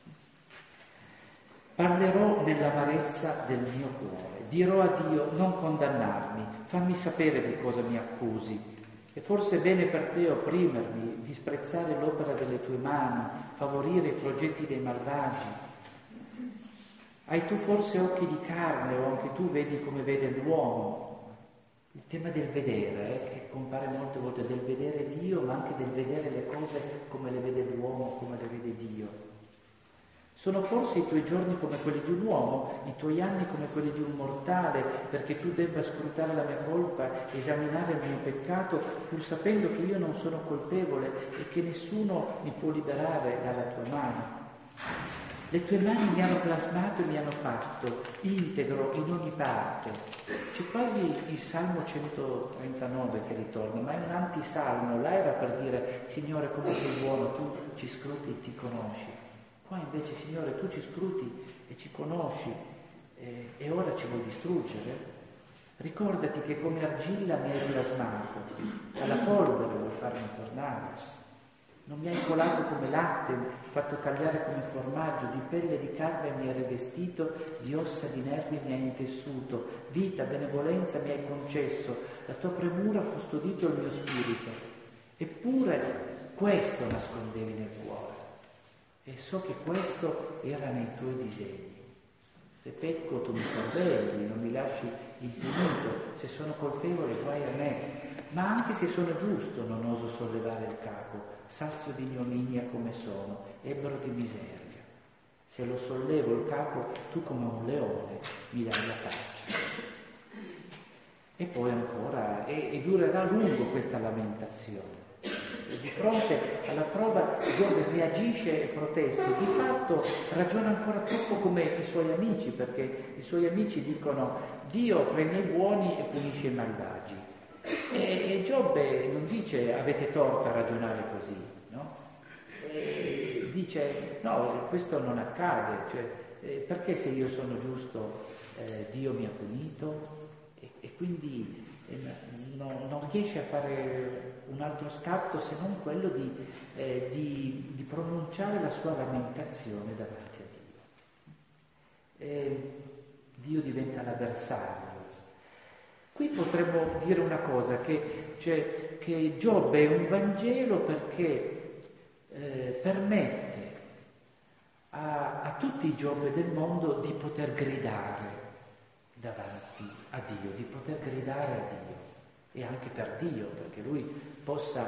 Parlerò nell'amarezza del mio cuore, dirò a Dio: non condannarmi, fammi sapere di cosa mi accusi. E forse è bene per te opprimermi, disprezzare l'opera delle tue mani, favorire i progetti dei malvagi. Hai tu forse occhi di carne, o anche tu vedi come vede l'uomo? Il tema del vedere, che compare molte volte, del vedere Dio, ma anche del vedere le cose come le vede l'uomo, come le vede Dio. Sono forse i tuoi giorni come quelli di un uomo, i tuoi anni come quelli di un mortale, perché tu debba scrutare la mia colpa, esaminare il mio peccato, pur sapendo che io non sono colpevole e che nessuno mi può liberare dalla tua mano. Le tue mani mi hanno plasmato e mi hanno fatto integro in ogni parte. C'è quasi il Salmo 139 che ritorna, ma è un antisalmo. Là era per dire: Signore, come sei buono, tu ci scruti e ti conosci. Qua invece: Signore, tu ci scruti e ci conosci, e ora ci vuoi distruggere? Ricordati che come argilla mi hai plasmato, alla polvere vuoi farmi tornare. Non mi hai colato come latte, fatto tagliare come formaggio, di pelle e di carne mi hai rivestito, di ossa e di nervi mi hai intessuto, vita, benevolenza mi hai concesso, la tua premura ha custodito il mio spirito. Eppure questo nascondevi nel cuore, e so che questo era nei tuoi disegni. Se pecco tu mi sorvegli, non mi lasci impunito, se sono colpevole guai a me, ma anche se sono giusto non oso sollevare il capo, sazio di ignominia come sono, ebbro di miseria. Se lo sollevo il capo, tu come un leone mi dai la faccia. E poi ancora, e durerà a lungo questa lamentazione. E di fronte alla prova Giobbe reagisce e protesta, di fatto ragiona ancora troppo come i suoi amici, perché i suoi amici dicono Dio premia i buoni e punisce i malvagi. E Giobbe non dice avete torto a ragionare così, no? E dice no, questo non accade, cioè, perché se io sono giusto Dio mi ha punito? E quindi non riesce a fare un altro scatto se non quello di pronunciare la sua lamentazione davanti a Dio. Dio diventa l'avversario. Qui potremmo dire una cosa, che Giobbe è un Vangelo perché permette a tutti i Giobbe del mondo di poter gridare davanti a Dio, di poter gridare a Dio e anche per Dio, perché lui possa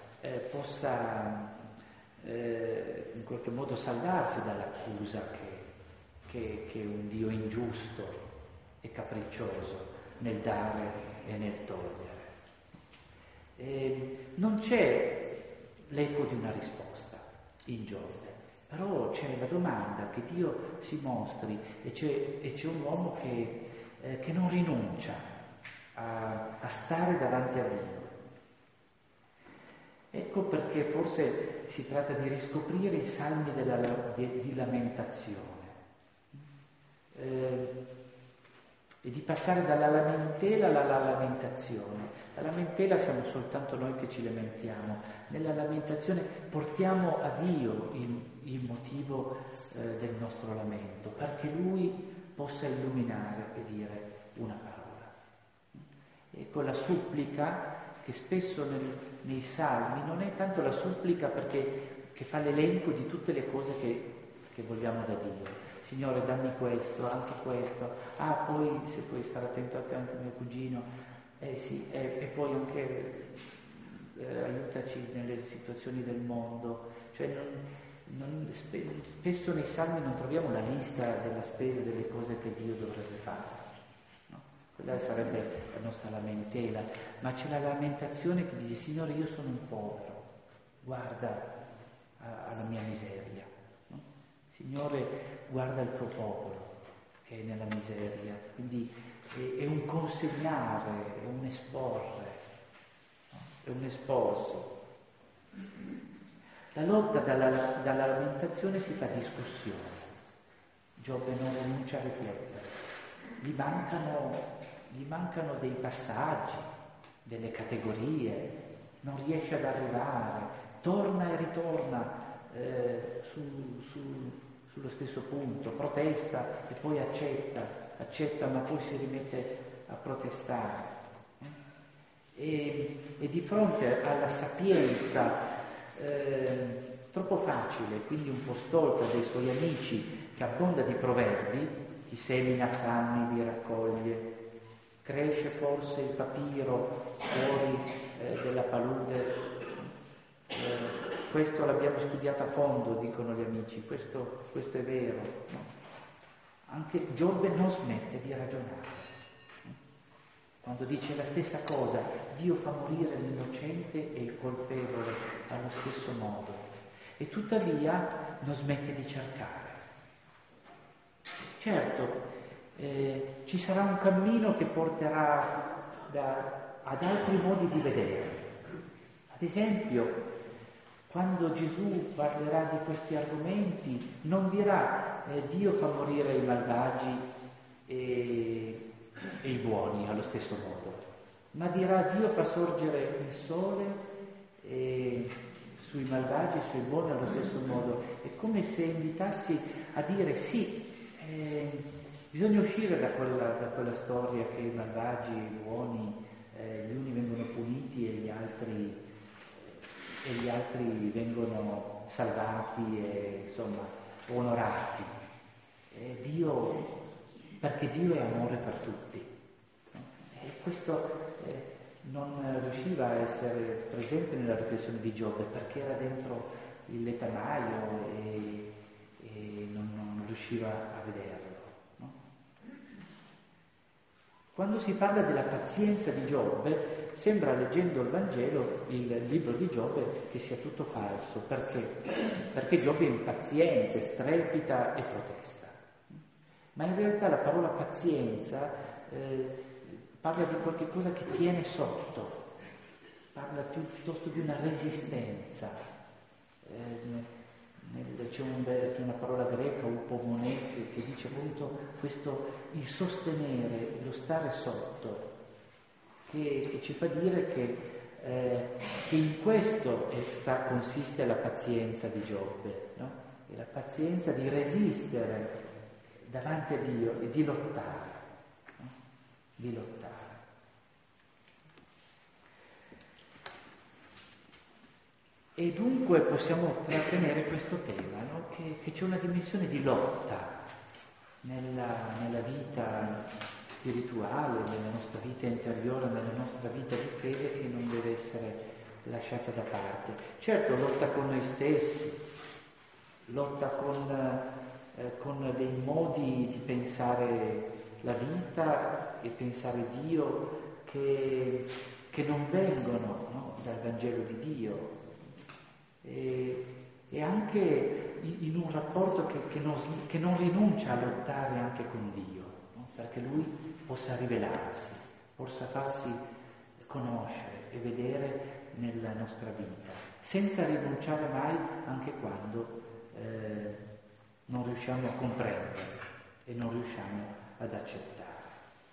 in qualche modo salvarsi dall'accusa che è un Dio ingiusto e capriccioso nel dare e nel togliere. Non c'è l'eco di una risposta in Giobbe, però c'è la domanda che Dio si mostri e c'è un uomo che non rinuncia a stare davanti a Dio. Ecco perché forse si tratta di riscoprire i salmi di lamentazione e di passare dalla lamentela alla lamentazione. La lamentela siamo soltanto noi che ci lamentiamo, nella lamentazione portiamo a Dio il motivo del nostro lamento, perché Lui possa illuminare e dire una parola. Ecco la supplica che spesso nei salmi non è tanto la supplica che fa l'elenco di tutte le cose che vogliamo da Dio. Signore, dammi questo, anche questo. Poi se puoi stare attento anche a mio cugino. Sì, e poi anche aiutaci nelle situazioni del mondo. Cioè spesso nei salmi non troviamo la lista della spesa delle cose che Dio dovrebbe fare. No? Quella sarebbe la nostra lamentela. Ma c'è la lamentazione che dice, Signore, io sono un povero, guarda alla mia miseria. No? Signore, guarda il tuo popolo che è nella miseria. Quindi è un consegnare, è un esporre, no? È un esporsi. La lotta dalla lamentazione si fa discussione. Giobbe non rinuncia a riflettere. Gli mancano dei passaggi, delle categorie, non riesce ad arrivare, torna e ritorna sullo stesso punto, protesta e poi accetta ma poi si rimette a protestare. E di fronte alla sapienza troppo facile, quindi un po' stolta dei suoi amici, che abbonda di proverbi, chi semina canni li raccoglie, cresce forse il papiro fuori della palude, questo l'abbiamo studiato a fondo, dicono gli amici, questo è vero, no? Anche Giobbe non smette di ragionare. Quando dice la stessa cosa, Dio fa morire l'innocente e il colpevole allo stesso modo, e tuttavia non smette di cercare. Certo, ci sarà un cammino che porterà ad altri modi di vedere. Ad esempio, quando Gesù parlerà di questi argomenti, non dirà Dio fa morire i malvagi e i buoni allo stesso modo, ma dirà Dio fa sorgere il sole sui malvagi e sui buoni allo stesso modo. È come se invitassi a dire sì, bisogna uscire da quella storia che i malvagi e i buoni, gli uni vengono puniti e gli altri vengono salvati e insomma onorati. Perché Dio è amore per tutti. E questo non riusciva a essere presente nella riflessione di Giobbe, perché era dentro il letamaio e non riusciva a vederlo. No? Quando si parla della pazienza di Giobbe, sembra, leggendo il Vangelo, il libro di Giobbe, che sia tutto falso. Perché? Perché Giobbe è impaziente, strepita e protesta. Ma in realtà la parola pazienza parla di qualche cosa che tiene sotto, parla piuttosto di una resistenza. C'è una parola greca, upomone, che dice appunto questo, il sostenere, lo stare sotto, che ci fa dire che in questo consiste la pazienza di Giobbe, no? È la pazienza di resistere davanti a Dio e di lottare, no? Di lottare. E dunque possiamo trattenere questo tema, no? Che c'è una dimensione di lotta nella vita spirituale, nella nostra vita interiore, nella nostra vita di fede, che non deve essere lasciata da parte. Certo, lotta con noi stessi, lotta con dei modi di pensare la vita e pensare Dio che non vengono, no? Dal Vangelo di Dio. E anche in un rapporto che non rinuncia a lottare anche con Dio, no? Perché Lui possa rivelarsi, possa farsi conoscere e vedere nella nostra vita, senza rinunciare mai, anche quando non riusciamo a comprendere e non riusciamo ad accettare.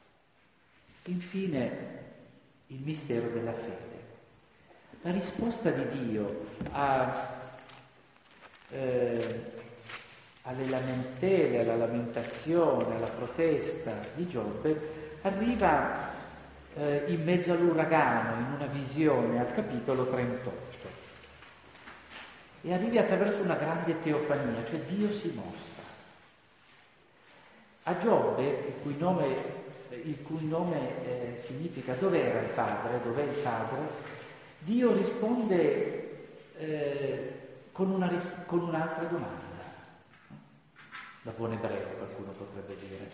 Infine, il mistero della fede. La risposta di Dio alle lamentele, alla lamentazione, alla protesta di Giobbe arriva in mezzo all'uragano, in una visione, al capitolo 38. E arriva attraverso una grande teofania, cioè Dio si mostra. A Giobbe, il cui nome significa dove era il padre, dov'è il padre, Dio risponde con un'altra domanda, da buon ebreo qualcuno potrebbe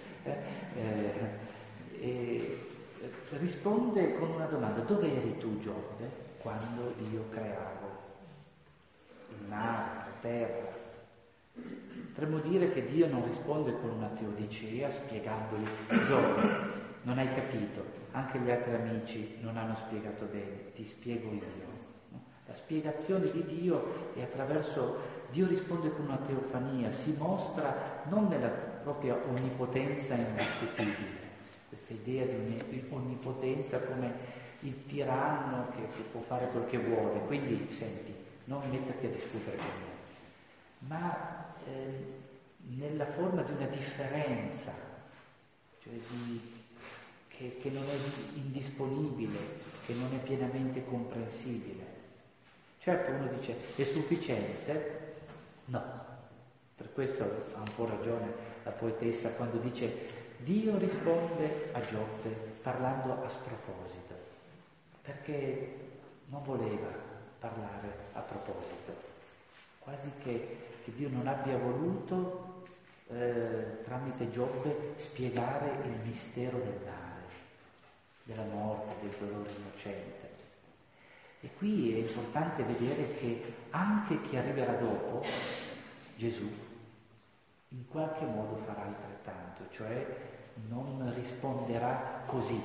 dire, risponde con una domanda: dove eri tu, Giobbe, quando io creavo il mare, la terra? Potremmo dire che Dio non risponde con una teodicea spiegandogli: Giobbe, non hai capito, anche gli altri amici non hanno spiegato bene, ti spiego io. No? La spiegazione di Dio è attraverso, Dio risponde con una teofania, si mostra non nella propria onnipotenza indiscutibile, questa idea di onnipotenza come il tiranno che può fare quel che vuole, quindi senti, non metterti a discutere con me, ma nella forma di una differenza, cioè che non è indisponibile, che non è pienamente comprensibile. Certo, uno dice, è sufficiente? No. Per questo ha un po' ragione la poetessa quando dice: Dio risponde a Giobbe parlando a sproposito, perché non voleva parlare a proposito, quasi che Dio non abbia voluto tramite Giobbe spiegare il mistero del male, della morte, del dolore innocente. E qui è importante vedere che anche chi arriverà dopo, Gesù, in qualche modo farà altrettanto, cioè non risponderà così,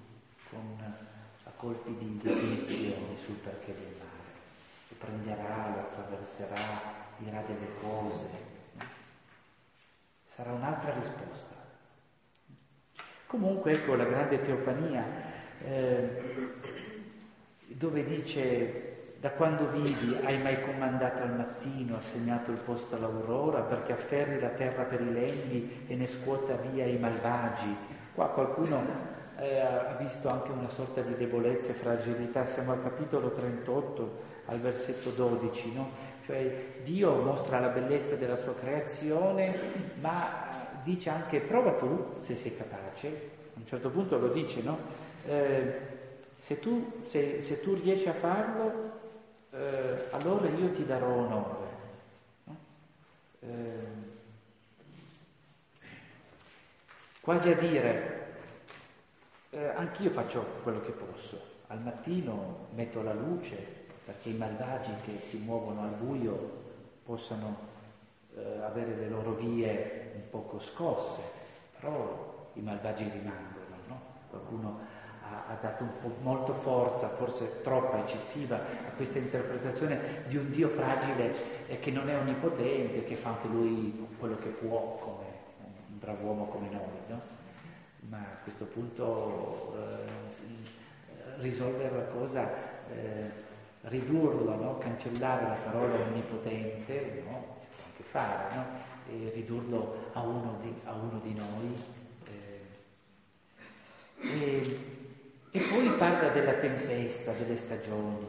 a colpi di definizioni sul perché del male. Lo prenderà, lo attraverserà, dirà delle cose. Sarà un'altra risposta. Comunque ecco la grande teofania, dove dice: da quando vivi hai mai comandato al mattino, assegnato il posto all'aurora, perché afferri la terra per i lembi e ne scuota via i malvagi? Qua qualcuno ha visto anche una sorta di debolezza e fragilità. Siamo al capitolo 38, al versetto 12, no? Cioè Dio mostra la bellezza della sua creazione, ma dice anche: prova tu se sei capace. A un certo punto lo dice, no? Se tu riesci a farlo, allora io ti darò onore. No? Quasi a dire, anch'io faccio quello che posso. Al mattino metto la luce perché i malvagi che si muovono al buio possano avere le loro vie un poco scosse, però i malvagi rimangono, no? Qualcuno ha dato un po' molto forza, forse troppa, eccessiva, a questa interpretazione di un Dio fragile e che non è onnipotente, che fa anche lui quello che può, come un bravo uomo come noi, no? Ma a questo punto risolvere la cosa, ridurlo, no? Cancellare la parola onnipotente, no? Che fare, no? E ridurlo a uno di noi. E poi parla della tempesta, delle stagioni,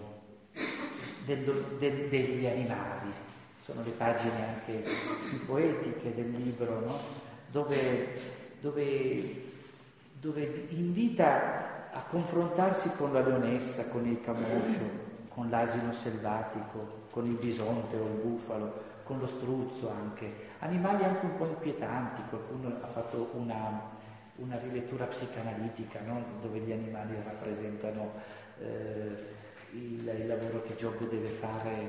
degli animali. Sono le pagine anche più poetiche del libro, no? Dove invita a confrontarsi con la leonessa, con il camoscio, con l'asino selvatico, con il bisonte o il bufalo, con lo struzzo anche, animali anche un po' inquietanti. Qualcuno ha fatto una rilettura psicanalitica, no? Dove gli animali rappresentano il lavoro che Giobbe deve fare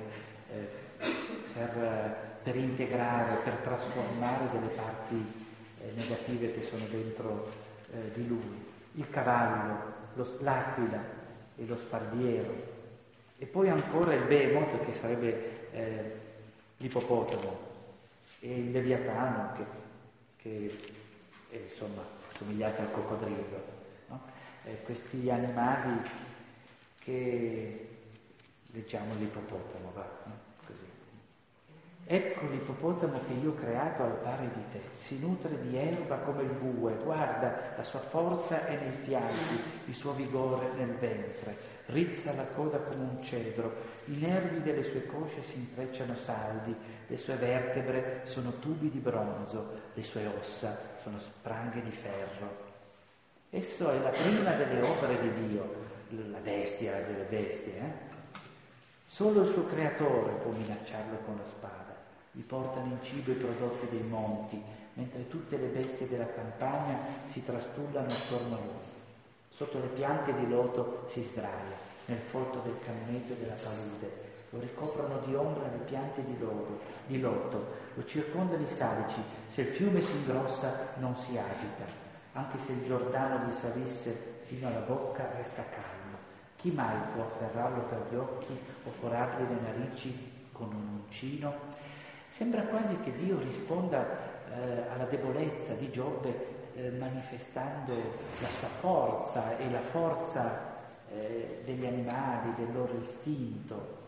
per integrare, per trasformare delle parti negative che sono dentro di lui. Il cavallo, l'aquila e lo sparviero. E poi ancora il behemoth, che sarebbe l'ippopotamo, e il leviatano che è insomma somigliato al coccodrillo, no? Questi animali che leggiamo l'ippopotamo, va, no? Così. Ecco l'ippopotamo che io ho creato al pari di te, si nutre di erba come il bue, guarda, la sua forza è nei fianchi, il suo vigore nel ventre, rizza la coda come un cedro, i nervi delle sue cosce si intrecciano saldi, le sue vertebre sono tubi di bronzo, le sue ossa sono spranghe di ferro. Esso è la prima delle opere di Dio, la bestia delle bestie, Solo il suo creatore può minacciarlo con la spada. Gli portano in cibo i prodotti dei monti, mentre tutte le bestie della campagna si trastullano attorno a lui. Sotto le piante di loto si sdraia, nel folto del canneto e della palude. Lo ricoprono di ombra le piante di loto, lo circondano i salici. Se il fiume si ingrossa non si agita. Anche se il Giordano gli salisse fino alla bocca resta calmo. Chi mai può afferrarlo per gli occhi o forargli le narici con un uncino? Sembra quasi che Dio risponda alla debolezza di Giobbe manifestando la sua forza e la forza degli animali, del loro istinto.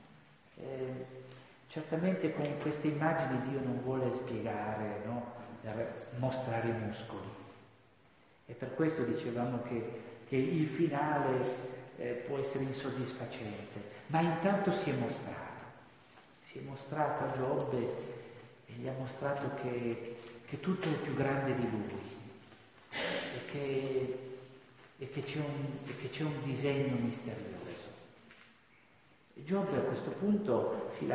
Certamente con queste immagini Dio non vuole spiegare, no? Mostrare i muscoli. E per questo dicevamo che il finale può essere insoddisfacente, ma intanto si è mostrato a Giobbe e gli ha mostrato che tutto è più grande di lui e che c'è un disegno misterioso. E Giobbe a questo punto si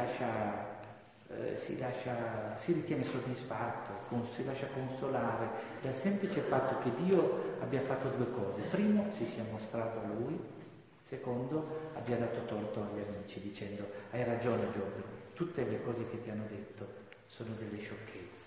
ritiene soddisfatto, si lascia consolare dal semplice fatto che Dio abbia fatto due cose. Primo, si sia mostrato a lui. Secondo, abbia dato torto agli amici dicendo: hai ragione Giobbe, tutte le cose che ti hanno detto sono delle sciocchezze.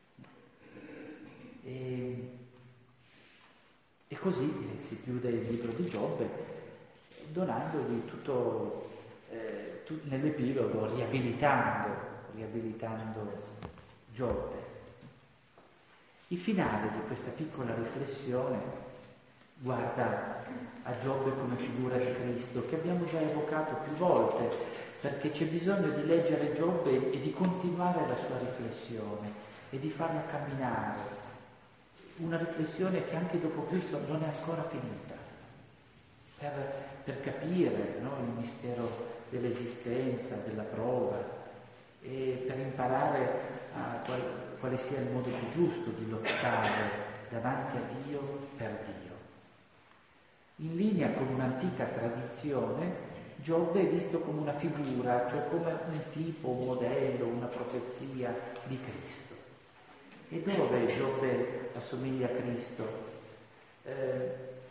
E così si chiude il libro di Giobbe donandogli tutto nell'epilogo, riabilitando Giobbe. Il finale di questa piccola riflessione guarda a Giobbe come figura di Cristo, che abbiamo già evocato più volte, perché c'è bisogno di leggere Giobbe e di continuare la sua riflessione e di farla camminare. Una riflessione che anche dopo Cristo non è ancora finita, per capire, no, il mistero dell'esistenza, della prova, e per imparare quale sia il modo più giusto di lottare davanti a Dio per Dio. In linea con un'antica tradizione, Giobbe è visto come una figura, cioè come un tipo, un modello, una profezia di Cristo. E dove Giobbe assomiglia a Cristo?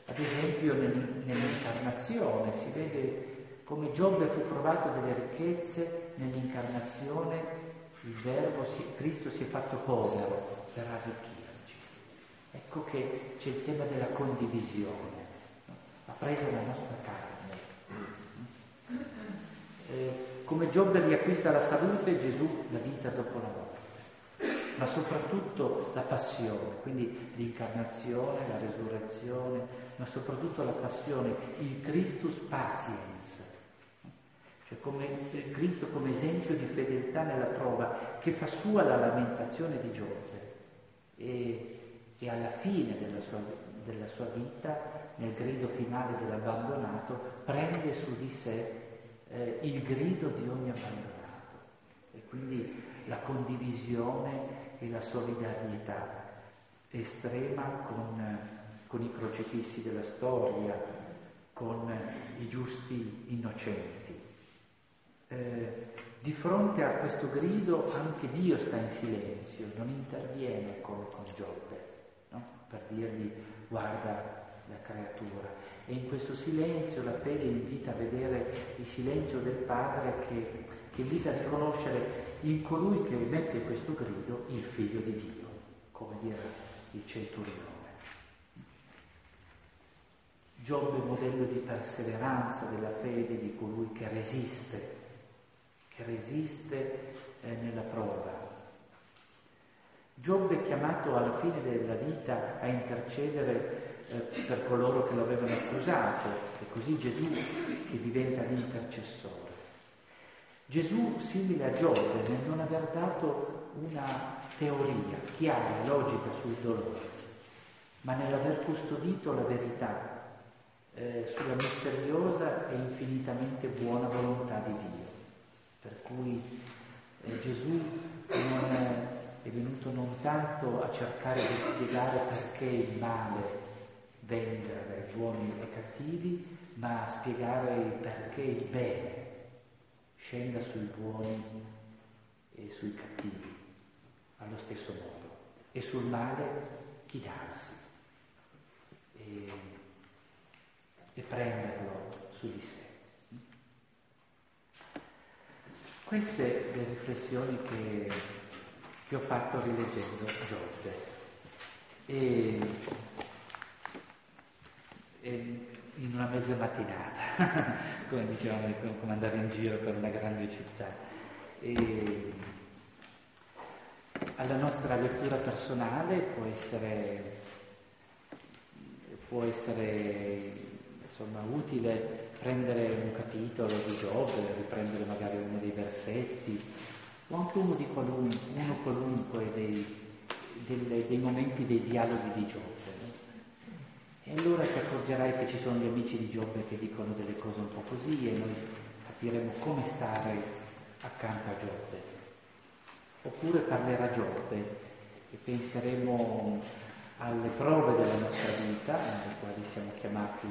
ad esempio nell'incarnazione, si vede come Giobbe fu provato delle ricchezze nell'incarnazione, il Verbo, Cristo si è fatto povero per arricchirci. Ecco che c'è il tema della condivisione, no? Ha preso la nostra carne. Come Giobbe riacquista la salute, Gesù la vita dopo la morte, ma soprattutto la passione, quindi l'incarnazione, la resurrezione, ma soprattutto la passione, il Christus patiens, cioè come Cristo come esempio di fedeltà nella prova, che fa sua la lamentazione di Giobbe e alla fine della sua vita, nel grido finale dell'abbandonato, prende su di sé il grido di ogni abbandonato, e quindi la condivisione e la solidarietà estrema con i crocefissi della storia, con i giusti innocenti. Di fronte a questo grido anche Dio sta in silenzio, non interviene con Giobbe, no? Per dirgli guarda la creatura. E in questo silenzio la fede invita a vedere il silenzio del Padre che invita a riconoscere in colui che emette questo grido il Figlio di Dio, come dirà il centurione. Giobbe è modello di perseveranza della fede di colui che resiste nella prova. Giobbe è chiamato alla fine della vita a intercedere per coloro che lo avevano accusato, e così Gesù che diventa l'intercessore. Gesù, simile a Giobbe, nel non aver dato una teoria chiara, logica sul dolore, ma nell'aver custodito la verità sulla misteriosa e infinitamente buona volontà di Dio. Per cui Gesù è venuto non tanto a cercare di spiegare perché il male venga dai buoni e cattivi, ma a spiegare perché il bene scenda sui buoni e sui cattivi allo stesso modo, e sul male chinarsi e prenderlo su di sé. Queste le riflessioni che ho fatto rileggendo Giobbe. E in una mezza mattinata, come dicevamo, come andare in giro per una grande città. E alla nostra lettura personale può essere insomma utile prendere un capitolo di Giobbe, riprendere magari uno dei versetti, o anche uno qualunque dei momenti dei dialoghi di Giobbe. E allora ti accorgerai che ci sono gli amici di Giobbe che dicono delle cose un po' così, e noi capiremo come stare accanto a Giobbe. Oppure parlerà Giobbe e penseremo alle prove della nostra vita, nelle quali siamo chiamati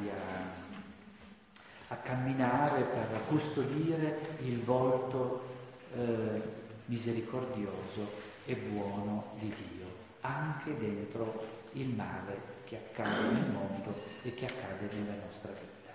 a camminare per custodire il volto misericordioso e buono di Dio, anche dentro il male che accade nel mondo e che accade nella nostra vita.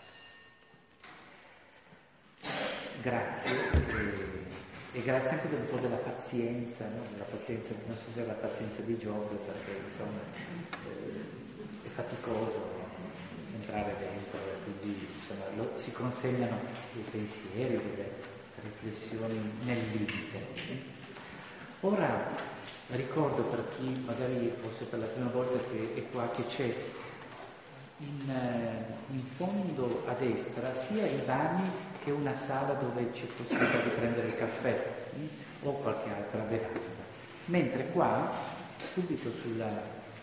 Grazie, e grazie anche un po' della pazienza, no? Della pazienza, non so se è la pazienza di Giobbe, perché insomma è faticoso entrare dentro, e quindi insomma si consegnano dei pensieri, delle riflessioni nel limite. Ora ricordo, per chi magari fosse per la prima volta che è qua, che c'è in fondo a destra sia i bagni che una sala dove c'è possibilità di prendere il caffè o qualche altra bevanda, mentre qua subito sulla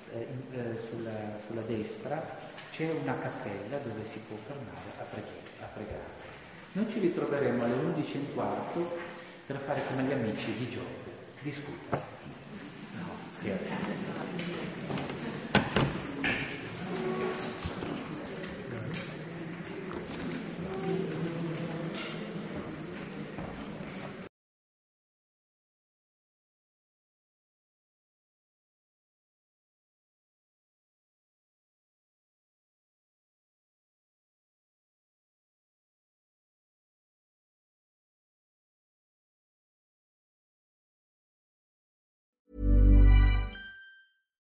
destra c'è una cappella dove si può fermare a pregare. Noi ci ritroveremo alle 11:15 per fare come gli amici di Giobbe, discutere. No, scherzo.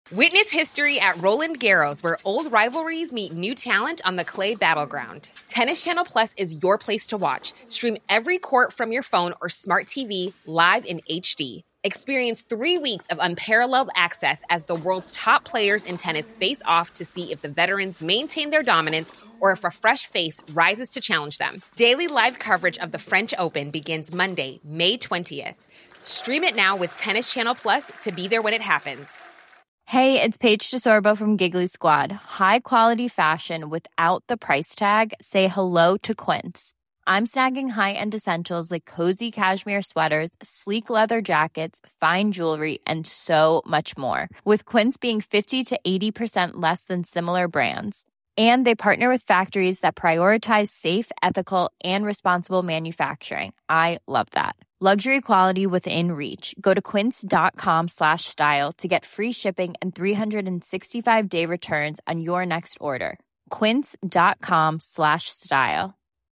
Witness history at Roland Garros, where old rivalries meet new talent on the clay battleground. Tennis Channel Plus is your place to watch. Stream every court from your phone or smart TV live in HD. Experience 3 weeks of unparalleled access as the world's top players in tennis face off to see if the veterans maintain their dominance or if a fresh face rises to challenge them. Daily live coverage of the French Open begins Monday, May 20th. Stream it now with Tennis Channel Plus to be there when it happens. Hey, it's Paige DeSorbo from Giggly Squad. High quality fashion without the price tag. Say hello to Quince. I'm snagging high-end essentials like cozy cashmere sweaters, sleek leather jackets, fine jewelry, and so much more. With Quince being 50 to 80% less than similar brands. And they partner with factories that prioritize safe, ethical, and responsible manufacturing. I love that. Luxury quality within reach. Go to quince.com/style to get free shipping and 365-day returns on your next order. Quince.com/style.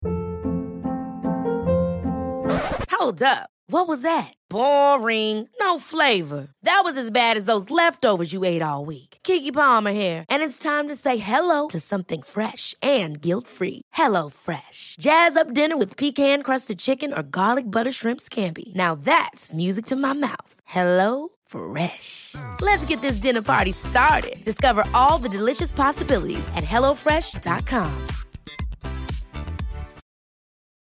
Hold up. What was that? Boring. No flavor. That was as bad as those leftovers you ate all week. Keke Palmer here. And it's time to say hello to something fresh and guilt-free. Hello Fresh. Jazz up dinner with pecan-crusted chicken or garlic butter shrimp scampi. Now that's music to my mouth. Hello Fresh. Let's get this dinner party started. Discover all the delicious possibilities at HelloFresh.com.